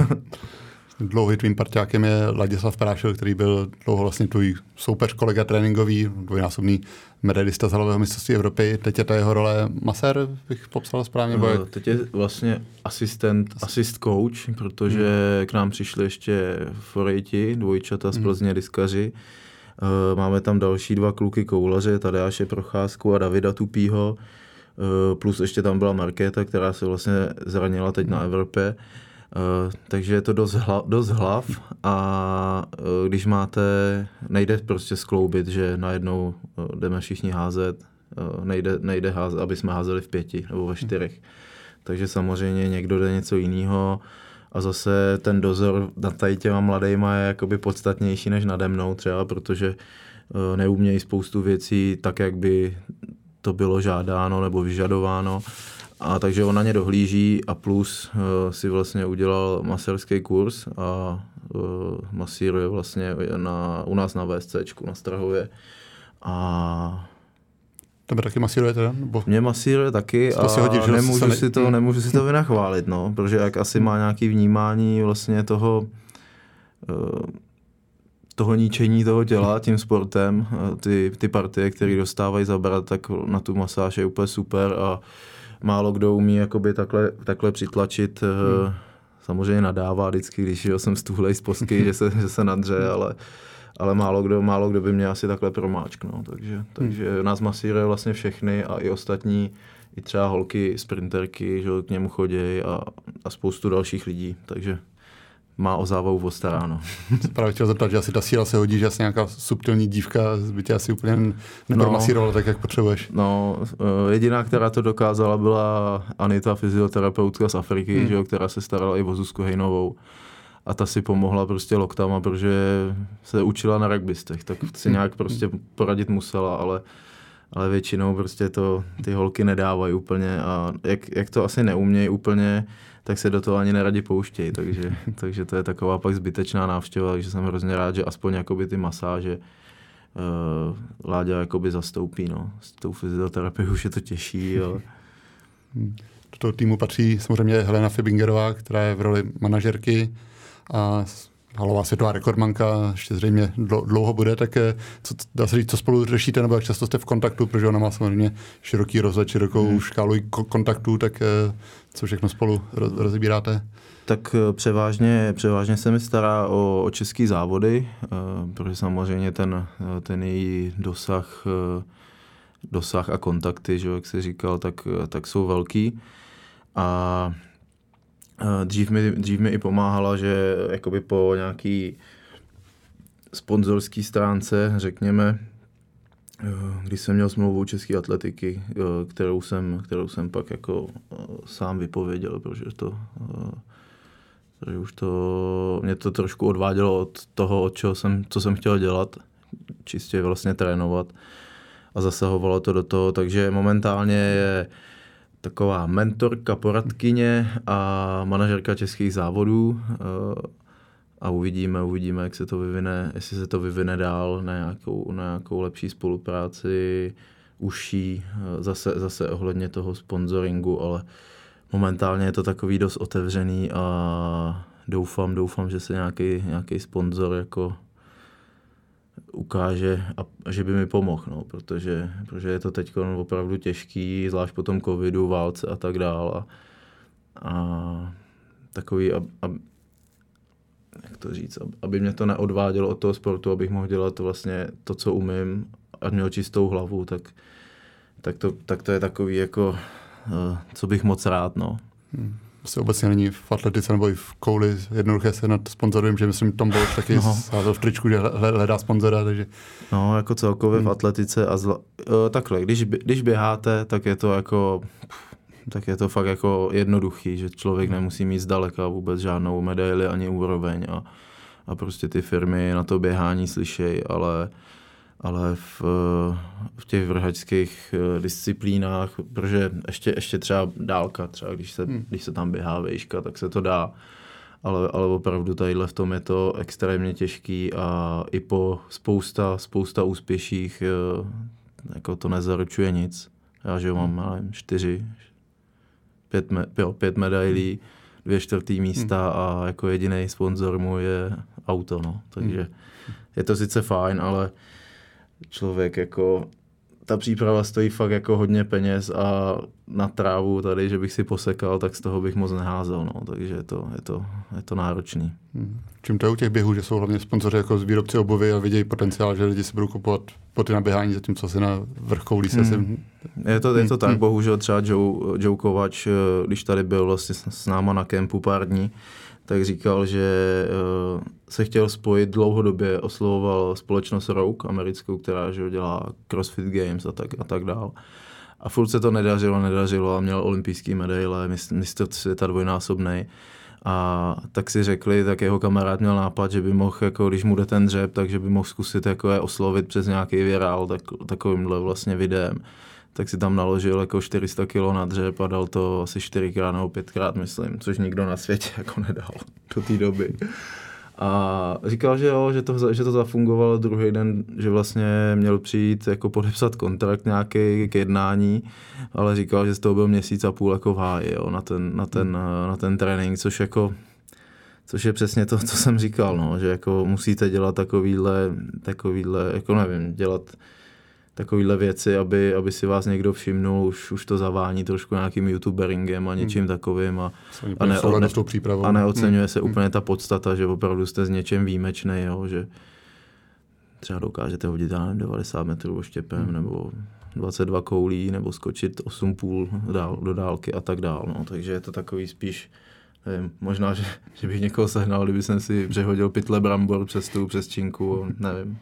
Dlouhý tvým parťákem je Ladislav Prášil, který byl dlouho vlastně tvůj soupeř, kolega tréninkový, dvojnásobný medailista z halového mistrovství Evropy. Teď je ta jeho role masér, bych popsal správně? Teď je vlastně asist coach, protože k nám přišli ještě Forejti, dvojčata z Plzně diskaři. Máme tam další 2 kluky koulaře, Tadeáše Procházku a Davida Tupýho, plus ještě tam byla Markéta, která se vlastně zranila teď na Evropě. Takže je to dost hlav a když nejde prostě skloubit, že najednou jdeme všichni házet, nejde házet, aby jsme házeli v 5 nebo ve 4. Takže samozřejmě někdo jde něco jiného a zase ten dozor nad tady těma mladejma je jakoby podstatnější než nade mnou třeba, protože neumějí spoustu věcí tak, jak by to bylo žádáno nebo vyžadováno. A takže on na ně dohlíží a plus si vlastně udělal masérský kurz a masíruje vlastně u nás na VSCčku na Strahově. A tebe taky masíruje teda? Nebo? Mě masíruje taky a nemůžu si to vynachválit, no, protože jak asi má nějaké vnímání vlastně toho ničení toho těla tím sportem, ty partie, které dostávají zabrat, tak na tu masáž je úplně super a málo kdo umí jakoby takhle přitlačit. Samozřejmě nadává vždycky, když jsem stuhlej z posky, že se nadře, ale málo kdo by mě asi takhle promáčknul. Takže nás masíruje vlastně všechny a i ostatní, i třeba holky, sprinterky, že k němu chodí a spoustu dalších lidí. Takže má o zábavu postaráno. Právě chtěl zeptat, že asi ta síla se hodí, že asi nějaká subtilní dívka by tě asi úplně nepromasírovala tak, jak potřebuješ. No, jediná, která to dokázala, byla Anita, fyzioterapeutka z Afriky, že jo, která se starala i o Zuzku Hejnovou. A ta si pomohla prostě loktama, protože se učila na rugbystech, tak si nějak prostě poradit musela, ale většinou prostě to ty holky nedávají úplně a jak to asi neumějí úplně, tak se do toho ani neradi pouštějí, takže to je taková pak zbytečná návštěva, takže jsem hrozně rád, že aspoň jakoby ty masáže Láďa jakoby zastoupí, no. S tou fyzioterapií už je to těžší, ale... Do toho týmu patří samozřejmě Helena Fibingerová, která je v roli manažerky a halová světová rekordmanka, ještě zřejmě dlouho bude, tak dá se říct, co spolu řešíte, nebo jak často jste v kontaktu, protože ona má samozřejmě široký rozhled, širokou škálu kontaktů, tak co všechno spolu rozbíráte? Tak převážně se mi stará o český závody, protože samozřejmě ten její dosah a kontakty, že, jak jsi říkal, tak jsou velký. A dřív mi i pomáhala, že jakoby po nějaký sponzorský stránce, řekněme, když jsem měl smlouvu české atletiky, kterou jsem pak jako sám vypověděl, protože už mě to trošku odvádělo od toho, co jsem chtěl dělat, čistě vlastně trénovat a zasahovalo to do toho, takže momentálně je taková mentorka, poradkyně a manažerka českých závodů a uvidíme, jak se to vyvine, jestli se to vyvine dál na nějakou lepší spolupráci, užší, zase ohledně toho sponsoringu, ale momentálně je to takový dost otevřený a doufám, že se nějaký sponzor jako ukáže a že by mi pomohl, no, protože je to teď opravdu těžký, zvlášť po tom covidu, válce a tak dál a takový, jak to říct, aby mě to neodvádělo od toho sportu, abych mohl dělat vlastně to, co umím a měl čistou hlavu, tak to je takový jako, co bych moc rád, no. Vlastně obecně není v atletice nebo i v kouli jednoduché se nad sponzorem, že myslím, Tom Bolt taky sázel v tričku, že hledá sponzora, takže... No, jako celkově v atletice a takhle, když běháte, tak je to fakt jako jednoduchý, že člověk nemusí mít zdaleka vůbec žádnou medaili ani úroveň a prostě ty firmy na to běhání slyšejí, ale v těch vrhačských disciplínách, protože ještě třeba dálka, třeba když se tam běhá vejška, tak se to dá, ale opravdu tadyhle v tom je to extrémně těžký a i po spousta úspěších jako to nezaručuje nic. Já že mám 5 medailí, 2/4 místa a jako jediný sponzor můj je auto, no. Takže je to sice fajn, ale člověk jako, ta příprava stojí fakt jako hodně peněz a na trávu tady, že bych si posekal, tak z toho bych moc neházel, no, takže je to náročný. Čím to je u těch běhů, že jsou hlavně sponzoři jako z výrobci obuvy a vidějí potenciál, že lidi si budou kupovat boty na běhání, zatímco se na vrcholí se Je to tak, bohužel třeba Joe Kovač, když tady byl vlastně s náma na kempu pár dní, tak říkal, že se chtěl spojit dlouhodobě, oslovoval společnost Rogue americkou, která že dělá CrossFit Games a tak dál. A furt se to nedařilo a měl olympijský medaile, mistr světa dvojnásobnej. A tak si řekli, tak jeho kamarád měl nápad, že by mohl, jako když mu jde ten dřep, takže by mohl zkusit jako je oslovit přes nějaký virál takovýmhle vlastně videem. Tak si tam naložil jako 400 kg na dřep a dal to asi 4x nebo 5x, myslím, což nikdo na světě jako nedal do té doby. A říkal, že jo, že to zafungovalo druhý den, že vlastně měl přijít jako podepsat kontrakt nějaký k jednání, ale říkal, že z toho byl 1,5 měsíce jako v háji, jo, na ten trénink, což je přesně to, co jsem říkal, no, že jako musíte dělat takovýhle, jako nevím, dělat takovýhle věci, aby si vás někdo všimnul, už to zavání trošku nějakým youtuberingem a něčím takovým a neoceňuje se úplně ta podstata, že opravdu jste s něčem výjimečný, jo, že třeba dokážete hodit 90 metrů oštěpem nebo 22 koulí nebo skočit 8,5 do dálky a tak dál, no, takže je to takový spíš nevím, možná, že bych někoho sehnal, kdyby jsem si přehodil pytle brambor přes činku, nevím.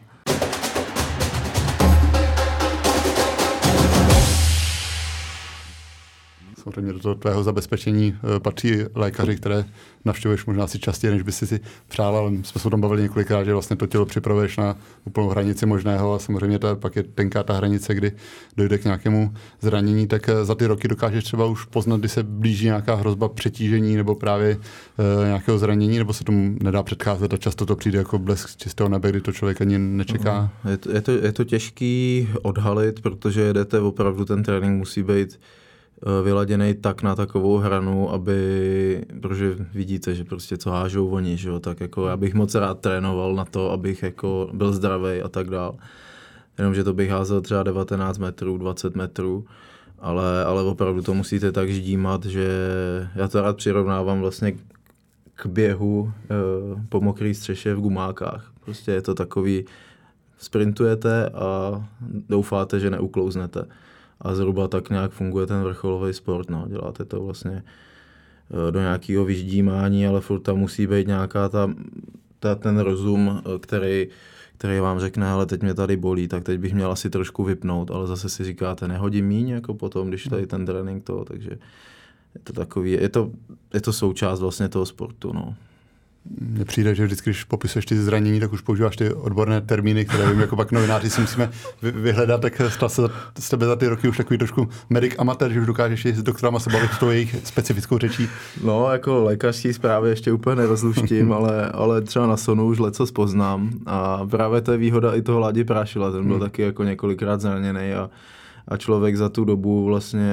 Samozřejmě do toho tvého zabezpečení patří lékaři, které navštěvuješ možná si častěji, než by si přál, ale jsme se o tom bavili několikrát, že vlastně to tělo připravuješ na úplnou hranici možného a samozřejmě pak je tenká ta hranice, kdy dojde k nějakému zranění, tak za ty roky dokážeš třeba už poznat, kdy se blíží nějaká hrozba přetížení nebo právě nějakého zranění, nebo se tomu nedá předcházet a často to přijde jako blesk z čistého nebe, kdy to člověk ani nečeká. Je to těžký odhalit, protože jedete opravdu, ten trénink musí být vyladěnej tak na takovou hranu, protože vidíte, že prostě co hážou oni, že jo, tak jako já bych moc rád trénoval na to, abych jako byl zdravý a tak dál. Jenomže to bych házel třeba 19 metrů, 20 metrů, ale opravdu to musíte tak ždímat, že já to rád přirovnávám vlastně k běhu po mokrý střeše v gumákách. Prostě je to takový, sprintujete a doufáte, že neuklouznete. A zhruba tak nějak funguje ten vrcholový sport. No. Děláte to vlastně do nějakého vyždímání, ale furt tam musí být nějaká ten rozum, který vám řekne, ale teď mě tady bolí, tak teď bych měl asi trošku vypnout, ale zase si říkáte, nehodím míň jako potom, když tady ten trénink to, takže je to takový, je to součást vlastně toho sportu. No. Mně přijde, že vždycky, když popisuješ ty zranění, tak už používáš ty odborné termíny, které vím, jako pak novináři si musíme vyhledat, tak stal se z tebe za ty roky už takový trošku medic amatér, že už dokážeš i s doktorama se bavit tou jejich specifickou řečí. No, jako lékařský zprávy ještě úplně nerozluštím, ale třeba na Sonu už lecos poznám a právě to je výhoda i toho Ládi Prášila, ten byl taky jako několikrát zraněný a člověk za tu dobu vlastně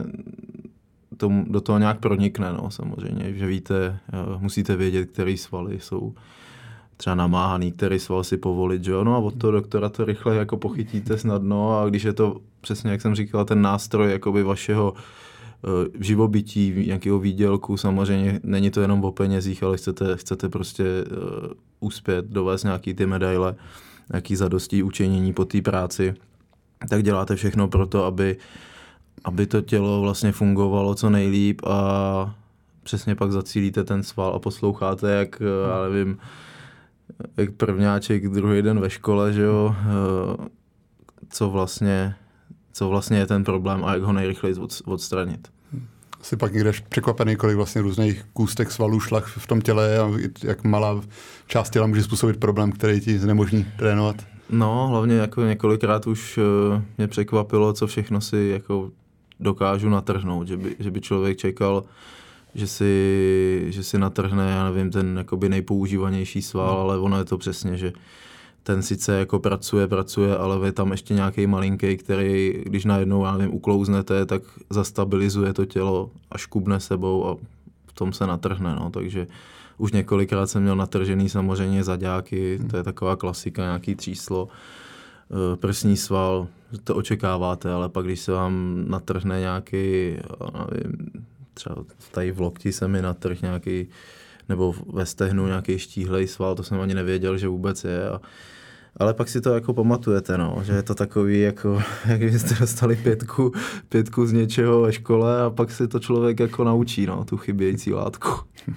do toho nějak pronikne, no, samozřejmě, že víte, musíte vědět, který svaly jsou třeba namáhaný, který sval si povolit, že jo, no a od toho doktora to rychle jako pochytíte snadno a když je to přesně, jak jsem říkal, ten nástroj jakoby vašeho živobytí, nějakého výdělku, samozřejmě není to jenom o penězích, ale chcete prostě uspět, dovést nějaký ty medaile, nějaký zadostí učinění po té práci, tak děláte všechno pro to, aby to tělo vlastně fungovalo co nejlíp a přesně pak zacílíte ten sval a posloucháte, jak, já nevím, jak prvňáček druhý den ve škole, že jo, co vlastně je ten problém a jak ho nejrychleji odstranit. Jsi pak někde překvapený, kolik vlastně různých kůstek svalů, šlach v tom těle a jak malá část těla může způsobit problém, který ti znemožní trénovat? No, hlavně jako několikrát už mě překvapilo, co všechno si jako dokážu natrhnout, že by člověk čekal, že si natrhne, já nevím, ten jakoby nejpoužívanější sval, ale ono je to přesně, že ten sice jako pracuje, ale je tam ještě nějaký malinký, který, když najednou, já nevím, uklouznete, tak zastabilizuje to tělo a škubne sebou a v tom se natrhne, no, takže už několikrát jsem měl natržený samozřejmě zaďáky, to je taková klasika, nějaký tříslo, prsní sval, to očekáváte, ale pak když se vám natrhne nějaký, nevím, třeba tady v lokti se mi natrh nějaký, nebo ve stehnu nějaký štíhlej sval, to jsem ani nevěděl, že vůbec je. Ale pak si to jako pamatujete, no, že je to takový, jako, jak byste dostali pětku z něčeho ve škole a pak si to člověk jako naučí, no, tu chybějící látku.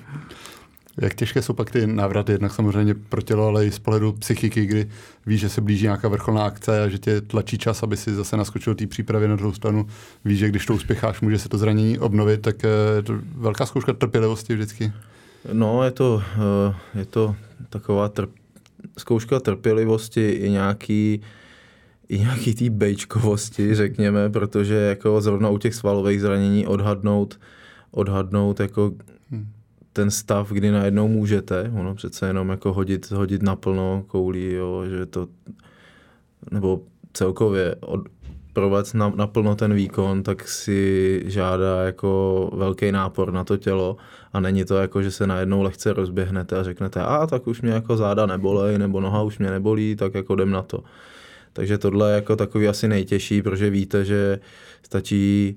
Jak těžké jsou pak ty návraty, jednak samozřejmě pro tělo, ale i z pohledu psychiky, kdy víš, že se blíží nějaká vrcholná akce a že tě tlačí čas, aby si zase naskočil té přípravy na druhou stranu. Víš, že když to uspěcháš, může se to zranění obnovit, tak je to velká zkouška trpělivosti vždycky. No, je to taková zkouška trpělivosti i nějaký té bejčkovosti, řekněme, protože jako zrovna u těch svalových zranění odhadnout jako ten stav, kdy najednou můžete, ono přece jenom jako hodit naplno koulí, jo, že to, nebo celkově provést naplno ten výkon, tak si žádá jako velký nápor na to tělo a není to jako, že se najednou lehce rozběhnete a řeknete, tak už mě jako záda nebolej, nebo noha už mě nebolí, tak jako jdem na to. Takže tohle je jako takový asi nejtěžší, protože víte, že stačí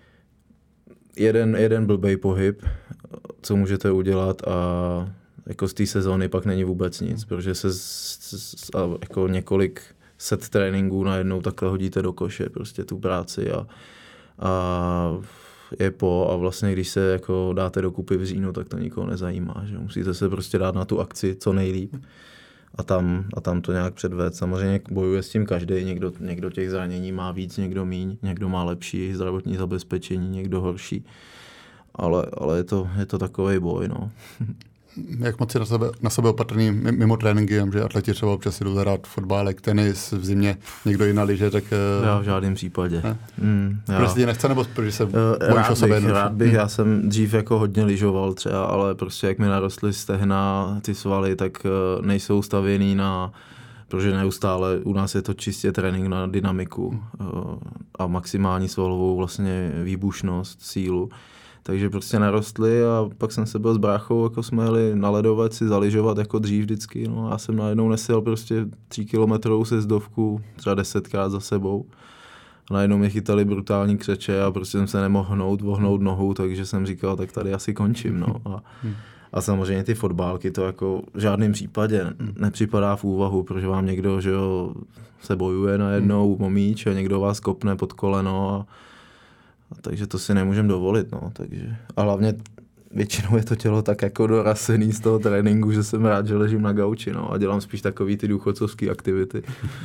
jeden blbej pohyb, co můžete udělat a jako z té sezóny pak není vůbec nic, protože se jako několik set tréninků najednou takhle hodíte do koše prostě tu práci a je po a vlastně když se jako dáte dokupy v říjnu, tak to nikoho nezajímá, že musíte se prostě dát na tu akci co nejlíp a tam to nějak předvést. Samozřejmě bojuje s tím každý, někdo těch zranění má víc, někdo míň, někdo má lepší zdravotní zabezpečení, někdo horší, ale je to takovej boj, no. Jak moc je na sebe opatrný mimo tréninky, že atleti třeba občas jdou zahrát fotbálek, tenis v zimě, někdo jiná lyže, tak... Já v žádném případě. Prostě nechce, nebo protože se bojíš o sebe? Rád bych, já jsem dřív jako hodně lyžoval třeba, ale prostě jak mi narostly stehna, ty svaly, tak nejsou stavěný protože neustále u nás je to čistě trénink na dynamiku a maximální svalovou vlastně výbušnost, sílu. Takže prostě narostly a pak jsem se byl s bráchou, jako jsme jeli na ledovec si zalyžovat jako dřív vždycky. No, já jsem najednou nesel prostě 3 kilometrovou sezdovku, třeba 10krát za sebou. A najednou mě chytali brutální křeče a prostě jsem se nemohl vohnout nohou, takže jsem říkal, tak tady asi končím. No. A samozřejmě ty fotbálky to jako v žádném případě nepřipadá v úvahu, protože vám někdo, že jo, se bojuje najednou momíč a někdo vás kopne pod koleno a takže to si nemůžem dovolit, no, takže. A hlavně většinou je to tělo tak jako dorasený z toho tréninku, že jsem rád, že ležím na gauči, no, a dělám spíš takový ty důchodcovský aktivity.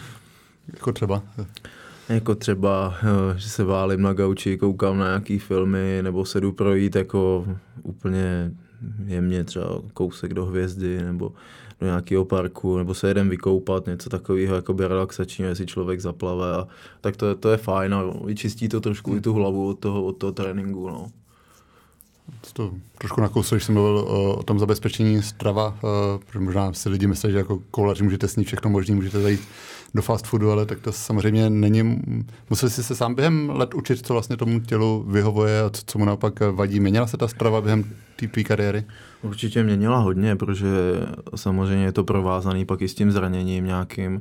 Jako třeba, že se válím na gauči, koukám na nějaký filmy, nebo se jdu projít jako úplně jemně třeba kousek do hvězdy, nebo do nějakého parku, nebo se jedem vykoupat, něco takového jakoby relaxačního, jestli člověk zaplave. A tak to je fajn a vyčistí to trošku i tu hlavu od toho tréninku. No. To trošku nakousl, když jsem mluvil o tom zabezpečení strava, protože možná si lidi myslí, že jako koulaři můžete snít všechno možné, můžete zajít do fast foodu, ale tak to samozřejmě není. Musel jsi se sám během let učit, co vlastně tomu tělu vyhovuje a co mu naopak vadí. Měnila se ta strava během té tvý kariéry? Určitě měnila hodně, protože samozřejmě je to provázaný pak i s tím zraněním nějakým.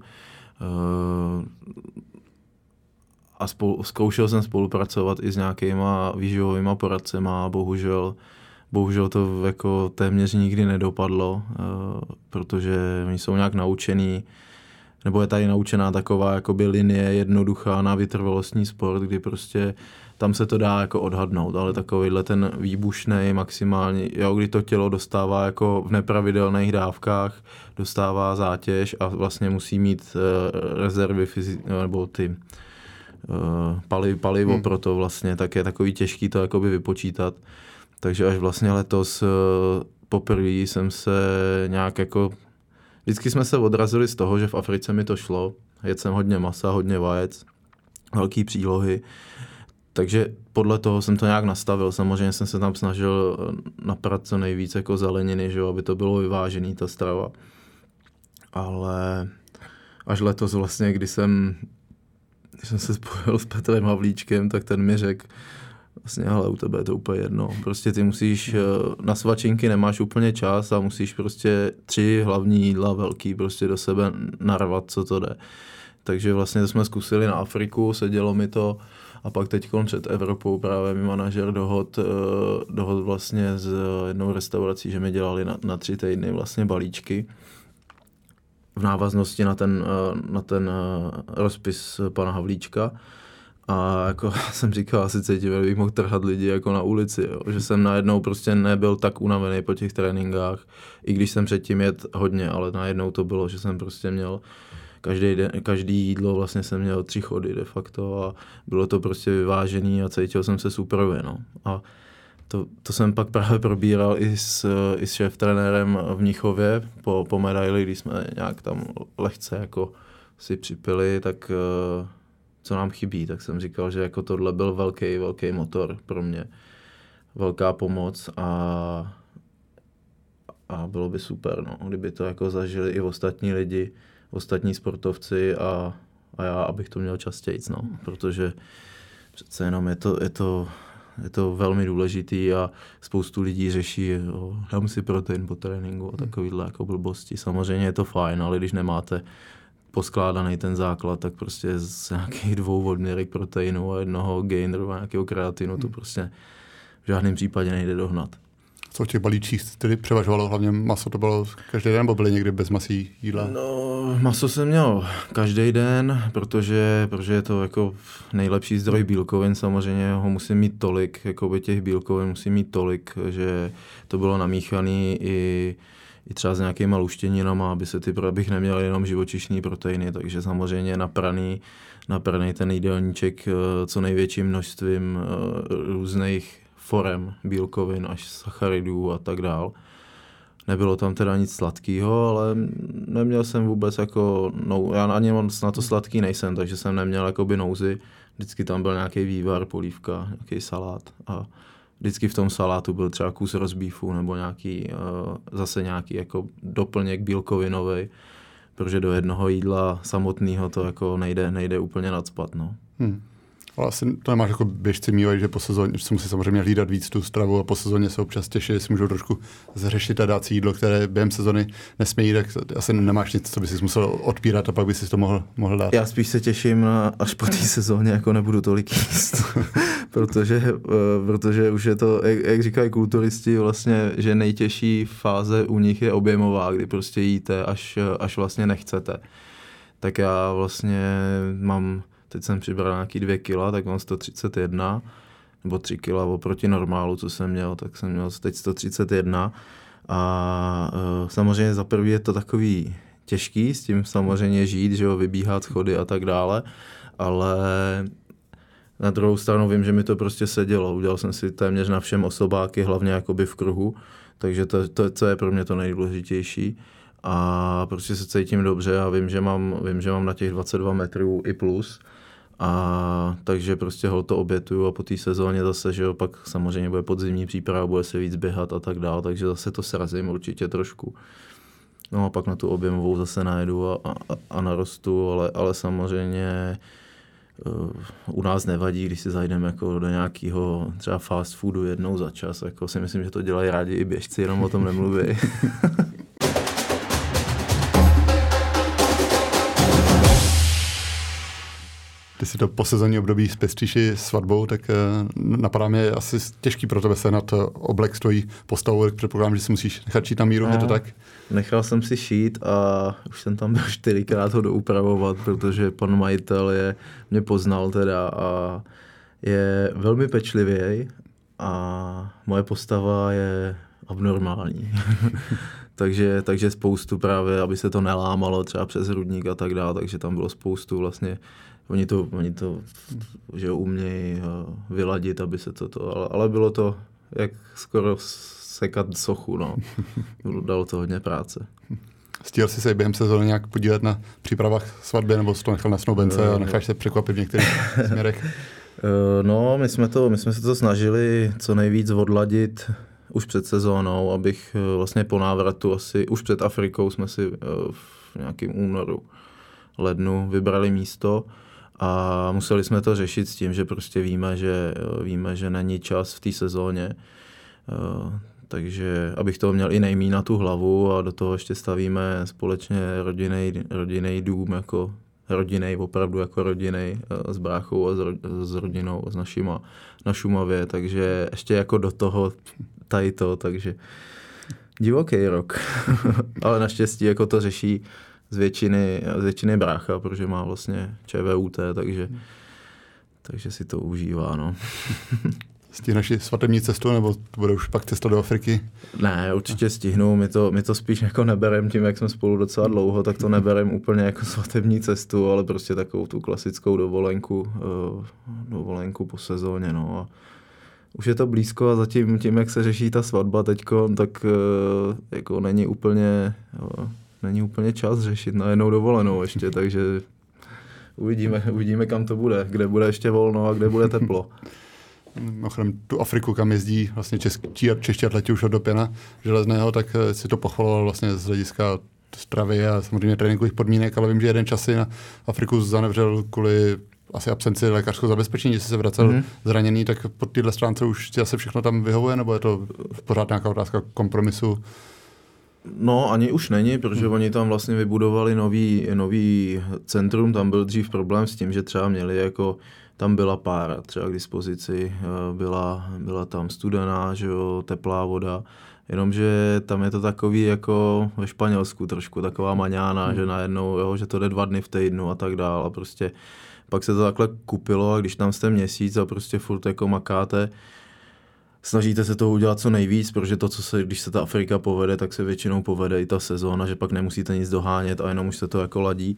A zkoušel jsem spolupracovat i s nějakýma výživovýma poradcema a bohužel to jako téměř nikdy nedopadlo, protože oni jsou nějak naučený, nebo je tady naučená taková jakoby linie jednoduchá na vytrvalostní sport, kdy prostě tam se to dá jako odhadnout, ale takovýhle ten výbušnej maximální, kdy to tělo dostává jako v nepravidelných dávkách, dostává zátěž a vlastně musí mít rezervy nebo ty palivo pro to vlastně, tak je takový těžký to jakoby vypočítat. Takže až vlastně letos poprvé jsem se nějak jako, vždycky jsme se odrazili z toho, že v Africe mi to šlo, jedl jsem hodně masa, hodně vajec, velký přílohy, takže podle toho jsem to nějak nastavil. Samozřejmě jsem se tam snažil naprat co nejvíc jako zeleniny, že jo, aby to bylo vyvážený, ta strava. Ale až letos vlastně, když jsem se spojil s Petrem Havlíčkem, tak ten mi řekl, vlastně, ale u tebe je to úplně jedno. Prostě ty musíš, na svačinky nemáš úplně čas a musíš prostě 3 hlavní jídla velký prostě do sebe narvat, co to jde. Takže vlastně jsme zkusili na Afriku, sedělo mi to a pak teď před Evropou právě mi manažer dohod vlastně s jednou restaurací, že mi dělali na 3 týdny vlastně balíčky v návaznosti na ten rozpis pana Havlíčka. A jako jsem říkal, asi cítím, že bych mohl trhat lidi jako na ulici, jo. Že jsem najednou prostě nebyl tak unavený po těch tréninkách, i když jsem předtím jet hodně, ale najednou to bylo, že jsem prostě měl každý jídlo vlastně jsem měl 3 chody de facto a bylo to prostě vyvážený a cítil jsem se superově, no. A to jsem pak právě probíral i s šéftrenérem v Mnichově po medaili, když jsme nějak tam lehce jako si připili, tak co nám chybí, tak jsem říkal, že jako tohle byl velký motor pro mě, velká pomoc a bylo by super, no, kdyby to jako zažili i ostatní lidi, ostatní sportovci a já, abych to měl častějc, no, protože přece jenom je to velmi důležitý a spoustu lidí řeší, dám si protein po tréninku a takovýhle jako blbosti. Samozřejmě je to fajn, ale když nemáte poskládaný ten základ, tak prostě z nějakých 2 odměrek proteinu a 1 gaineru a nějakého kreatinu to prostě v žádném případě nejde dohnat. Co v těch balíčích tedy převažovalo? Hlavně maso to bylo každý den, nebo byly někdy bez masí jídla? No, maso jsem měl každý den, protože je to jako nejlepší zdroj bílkovin, samozřejmě ho musím mít tolik, jakoby těch bílkovin musím mít tolik, že to bylo namíchaný i třeba s nějakýma luštěninama, abych neměl jenom živočišný proteiny, takže samozřejmě napraný ten jídelníček co největším množstvím různých forem bílkovin až sacharidů a tak dál. Nebylo tam teda nic sladkého, ale neměl jsem vůbec jako, já ani moc na to sladký nejsem, takže jsem neměl jakoby nouzy. Vždycky tam byl nějaký vývar, polívka, nějaký salát a vždycky v tom salátu byl třeba kus rozbífu nebo zase nějaký jako doplněk bílkovinový, protože do jednoho jídla samotného to jako nejde úplně nacpat, no. Ale asi to nemáš jako běžci mývají, že po sezóně se musí samozřejmě hlídat víc tu stravu a po sezóně se občas těší, jestli můžou trošku zřešit a dát si jídlo, které během sezóny nesmějí, tak asi nemáš nic, co by si musel odpírat a pak by si to mohl dát. Já spíš se těším až po té sezóně, jako nebudu tolik jíst, protože už je to, jak říkají kulturisti, vlastně, že nejtěžší fáze u nich je objemová, kdy prostě jíte, až vlastně nechcete. Tak já vlastně teď jsem přibral nějaký 2 kila, tak mám 131, nebo 3 kila oproti normálu, co jsem měl, tak jsem měl teď 131. A samozřejmě za prvý je to takový těžký, s tím samozřejmě žít, že jo, vybíhat schody a tak dále, ale na druhou stranu vím, že mi to prostě sedělo. Udělal jsem si téměř na všem osobáky, hlavně jakoby v kruhu, takže to je pro mě to nejdůležitější. A prostě se cítím dobře a vím, že mám na těch 22 metrů i plus. A takže prostě to obětuju a po té sezóně zase, že jo, pak samozřejmě bude podzimní příprava, bude se víc běhat a tak dál, takže zase to srazím určitě trošku. No a pak na tu objemovou zase najedu a narostu, ale samozřejmě u nás nevadí, když si zajdeme jako do nějakého třeba fast foodu jednou za čas, jako si myslím, že to dělají rádi i běžci, jenom o tom nemluví. Ty si to posezonní období zpestříš i svatbou, tak napadá mě asi těžký pro tebe sehnat oblek s tvojí postavou, předpokládám, že si musíš nechat šít na míru, je to tak? Nechal jsem si šít a už jsem tam byl 4krát ho doupravovat, protože pan majitel mě poznal teda a je velmi pečlivý a moje postava je abnormální. takže spoustu právě, aby se to nelámalo třeba přes hrudník a tak dále, takže tam bylo spoustu vlastně. Oni to že umějí vyladit, aby se ale bylo to jak skoro sekat sochu, no. Dalo to hodně práce. Stihl jsi se během sezóny nějak podílet na přípravách svatby, nebo jsi to nechal na snoubence a necháš se překvapit v některých směrech? No, my jsme se to snažili co nejvíc odladit už před sezónou, abych vlastně po návratu asi, už před Afrikou jsme si v nějakém únoru, lednu vybrali místo a museli jsme to řešit s tím, že prostě víme, že není čas v té sezóně, takže abych toho měl i nejmíň na tu hlavu a do toho ještě stavíme společně rodinný dům, jako rodinný, opravdu jako rodinný, s bráchou a s rodinou, s našima na Šumavě, takže ještě jako do toho tady to, takže divoký rok, ale naštěstí jako to řeší z většiny brácha, protože má vlastně ČVUT, takže si to užívá, no. Stihneš i svatební cestu, nebo to bude už pak cesta do Afriky? Ne, určitě stihnu, my to spíš jako neberem tím, jak jsme spolu docela dlouho, tak to neberem úplně jako svatební cestu, ale prostě takovou tu klasickou dovolenku po sezóně, no. A už je to blízko a zatím tím, jak se řeší ta svatba teďko, tak jako není úplně čas řešit na jednou dovolenou ještě, takže uvidíme, kam to bude, kde bude ještě volno a kde bude teplo. Mimochodem tu Afriku, kam jezdí vlastně čeští atleti už od Dopěna Železného, tak si to pochvaloval vlastně z hlediska stravy a samozřejmě tréninkových podmínek, ale vím, že jeden čas si na Afriku zanevřel kvůli asi absenci lékařského zabezpečení, jestli se vracel zraněný, tak pod téhle stránce už ti asi všechno tam vyhovuje, nebo je to pořád nějaká otázka kompromisu? No, ani už není, protože oni tam vlastně vybudovali nový centrum, tam byl dřív problém s tím, že třeba měli jako tam byla pára třeba k dispozici, byla tam studená, že jo, teplá voda, jenomže tam je to takový jako ve Španělsku trošku, taková maňána, že najednou, jo, že to jde 2 dny v týdnu a tak dál a prostě pak se to takhle kupilo a když tam jste měsíc a prostě furt jako makáte, snažíte se toho udělat co nejvíc, protože to, když se ta Afrika povede, tak se většinou povede i ta sezóna, že pak nemusíte nic dohánět a jenom už se to jako ladí.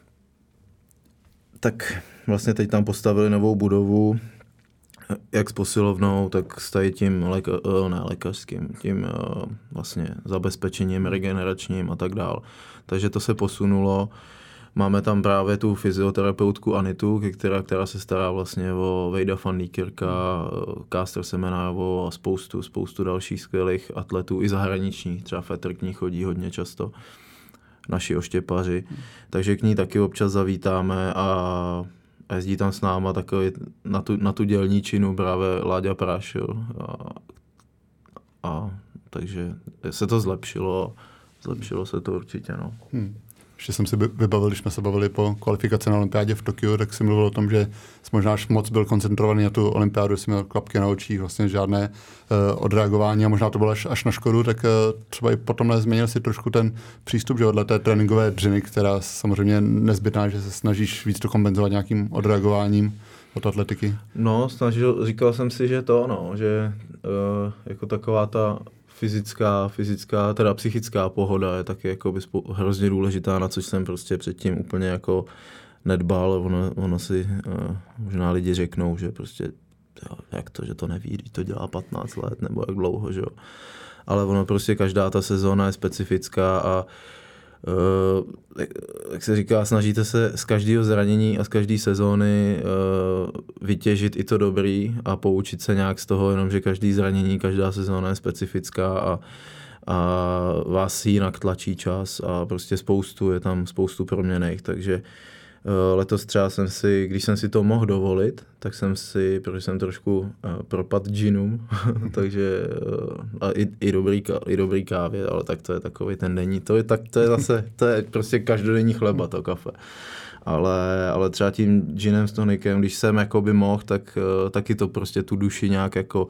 Tak vlastně teď tam postavili novou budovu, jak s posilovnou, tak s tady tím lékařským, tím vlastně zabezpečením regeneračním a tak dál. Takže to se posunulo. Máme tam právě tu fyzioterapeutku Anitu, která se stará vlastně o Vejda van Niekerka, Káster Semenávo a spoustu dalších skvělých atletů, i zahraničních, třeba Fetr k ní chodí hodně často, naši oštěpaři. Takže k ní taky občas zavítáme a jezdí tam s náma takový na tu dělničinu právě Láďa Prášil. A takže se to zlepšilo se to určitě, no. Ještě jsem si vybavil, když jsme se bavili po kvalifikaci na olympiádě v Tokiu, tak si mluvil o tom, že jsi možná až moc byl koncentrovaný na tu olympiádu, jsi měl klapky na očích, vlastně žádné odreagování a možná to bylo až na škodu, tak třeba i potom změnil si trošku ten přístup, že vedle té tréninkové dřiny, která samozřejmě je nezbytná, že se snažíš víc to kompenzovat nějakým odreagováním od atletiky. No, říkal jsem si, že že jako taková ta fyzická, teda psychická pohoda je taky jako hrozně důležitá, na což jsem prostě předtím úplně jako nedbal. Ono si možná lidi řeknou, že prostě jak to, že to neví, to dělá 15 let nebo jak dlouho, že jo. Ale ono prostě každá ta sezóna je specifická a jak se říká, snažíte se z každého zranění a z každé sezóny vytěžit i to dobrý a poučit se nějak z toho, jenomže každý zranění, každá sezóna je specifická a vás jinak tlačí čas a prostě je tam spoustu proměnných, takže letos třeba když jsem si to mohl dovolit, tak protože jsem trošku propad džinům, takže i dobrý kávě, ale tak to je takový ten denní, to je prostě každodenní chleba, to kafe. Ale třeba tím džinem s tonikem, když jsem jakoby mohl, tak taky to prostě tu duši nějak jako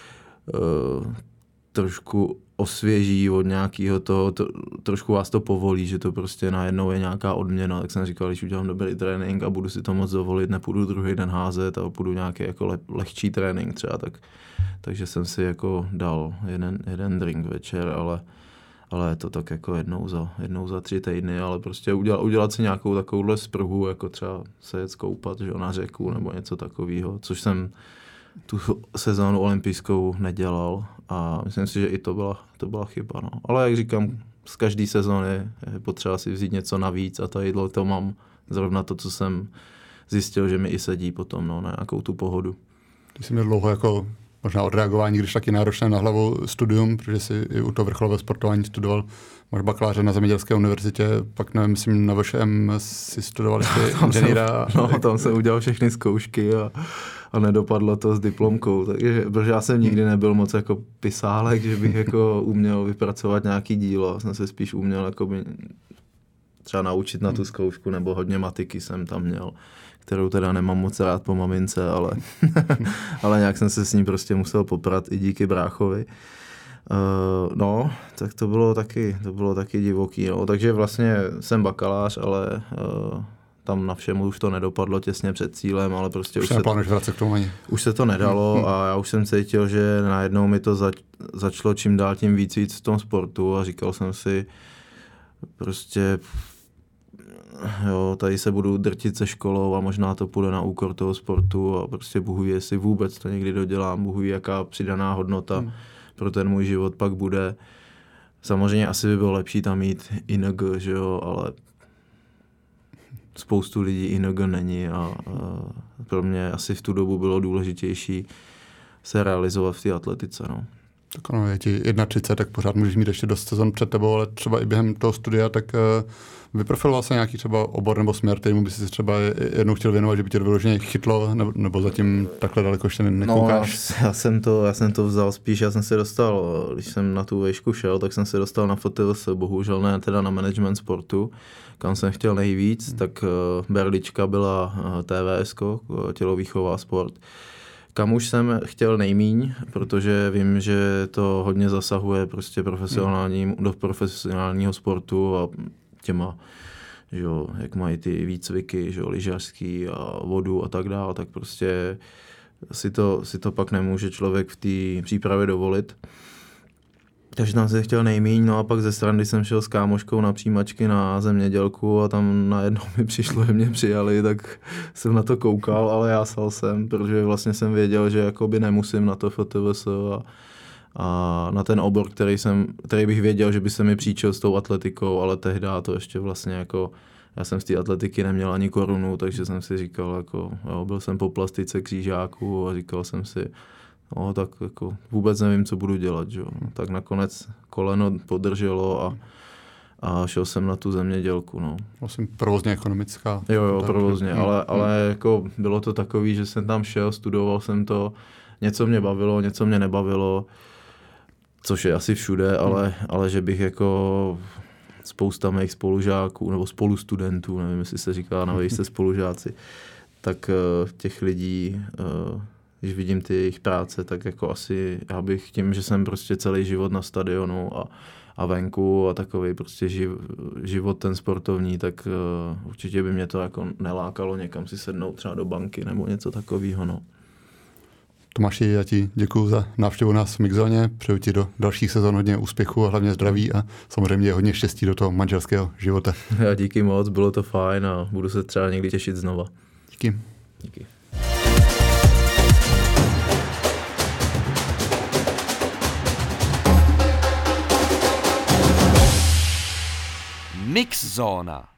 trošku osvěží od nějakého toho, trošku vás to povolí, že to prostě najednou je nějaká odměna, tak jsem říkal, když udělám dobrý trénink a budu si to moc dovolit, nepůjdu druhý den házet a půjdu nějaký jako lehčí trénink třeba, takže jsem si jako dal jeden drink večer, ale je to tak jako jednou za 3 týdny, ale prostě udělat si nějakou takovouhle sprhu, jako třeba se jet koupat, že na řeku nebo něco takového, což jsem tu sezónu olympijskou nedělal a myslím si, že i to byla chyba. No. Ale jak říkám, z každé sezóny je potřeba si vzít něco navíc a tadyhle to mám zrovna to, co jsem zjistil, že mi i sedí potom na nějakou tu pohodu. Ty jsi měl dlouho jako možná odreagování, když taky náročné na hlavu studium, protože jsi i u toho vrcholového sportování studoval, máš bakaláře na Zemědělské univerzitě, pak nevím, myslím na VŠM si studoval ještě inženýra. Tam jsem udělal všechny zkoušky a nedopadlo to s diplomkou, protože já jsem nikdy nebyl moc jako pisálek, že bych jako uměl vypracovat nějaký dílo, jsem se spíš uměl jakoby třeba naučit na tu zkoušku, nebo hodně matiky jsem tam měl, kterou teda nemám moc rád po mamince, ale nějak jsem se s ní prostě musel poprat i díky bráchovi. Tak to bylo taky divoký, no. Takže vlastně jsem bakalář, ale tam na všemu už to nedopadlo těsně před cílem, ale prostě už se to nedalo a já už jsem cítil, že najednou mi to začalo čím dál tím víc v tom sportu a říkal jsem si prostě jo, tady se budu drtit se školou a možná to půjde na úkor toho sportu a prostě Bůh ví, jestli vůbec to někdy dodělám, Bůh ví, jaká přidaná hodnota pro ten můj život pak bude. Samozřejmě asi by bylo lepší tam mít ING, že jo, ale spoustu lidí ING není a pro mě asi v tu dobu bylo důležitější se realizovat v té atletice, no. Tak ono, je ti 31, tak pořád můžeš mít ještě dost sezon před tebou, ale třeba i během toho studia, tak vyprofiloval se nějaký třeba obor nebo směr, kterému by si třeba jednou chtěl věnovat, že by tě to vyloženě chytlo, nebo zatím takhle daleko ještě nekoukáš? No, já jsem to vzal spíš, já jsem se dostal, když jsem na tu vejšku šel, tak jsem se dostal na FTVS, bohužel ne teda na management sportu, kam jsem chtěl nejvíc, tak berlička byla TVS, tělovýchova sport, kam už jsem chtěl nejmíň, protože vím, že to hodně zasahuje prostě do profesionálního sportu a těma, že jo, jak mají ty výcviky, že jo, lyžařský a vodu a tak dále, tak prostě si to pak nemůže člověk v té přípravě dovolit. Takže tam se chtěl nejmíň, no a pak ze Strandy jsem šel s kámoškou na přijímačky na zemědělku a tam najednou mi přišlo, že mě přijali, tak jsem na to koukal, ale jásal jsem, protože vlastně jsem věděl, že jakoby nemusím na to FTVS a na ten obor, který bych věděl, že by se mi příčil s tou atletikou, ale tehdy to ještě vlastně jako, já jsem z té atletiky neměl ani korunu, takže jsem si říkal, jako, jo, byl jsem po plastice křížáků a říkal jsem si, no tak jako vůbec nevím, co budu dělat, že jo. Tak nakonec koleno podrželo a šel jsem na tu zemědělku, no. Vlastně provozně ekonomická. Jo, provozně, ale jako bylo to takový, že jsem tam šel, studoval jsem to, něco mě bavilo, něco mě nebavilo, což je asi všude, ale že bych jako spousta mých spolužáků nebo spolustudentů, nevím, jestli se říká na vejšce spolužáci, tak těch lidí, když vidím ty jejich práce, tak jako asi já bych tím, že jsem prostě celý život na stadionu a venku a takový prostě život ten sportovní, tak určitě by mě to jako nelákalo někam si sednout třeba do banky nebo něco takového, no. Tomáši, já ti děkuju za návštěvu nás v Mixzóně, přeju ti do dalších sezon hodně úspěchu a hlavně zdraví a samozřejmě hodně štěstí do toho manželského života. Já díky moc, bylo to fajn a budu se třeba někdy těšit znova. Díky. Díky. Mixzóna.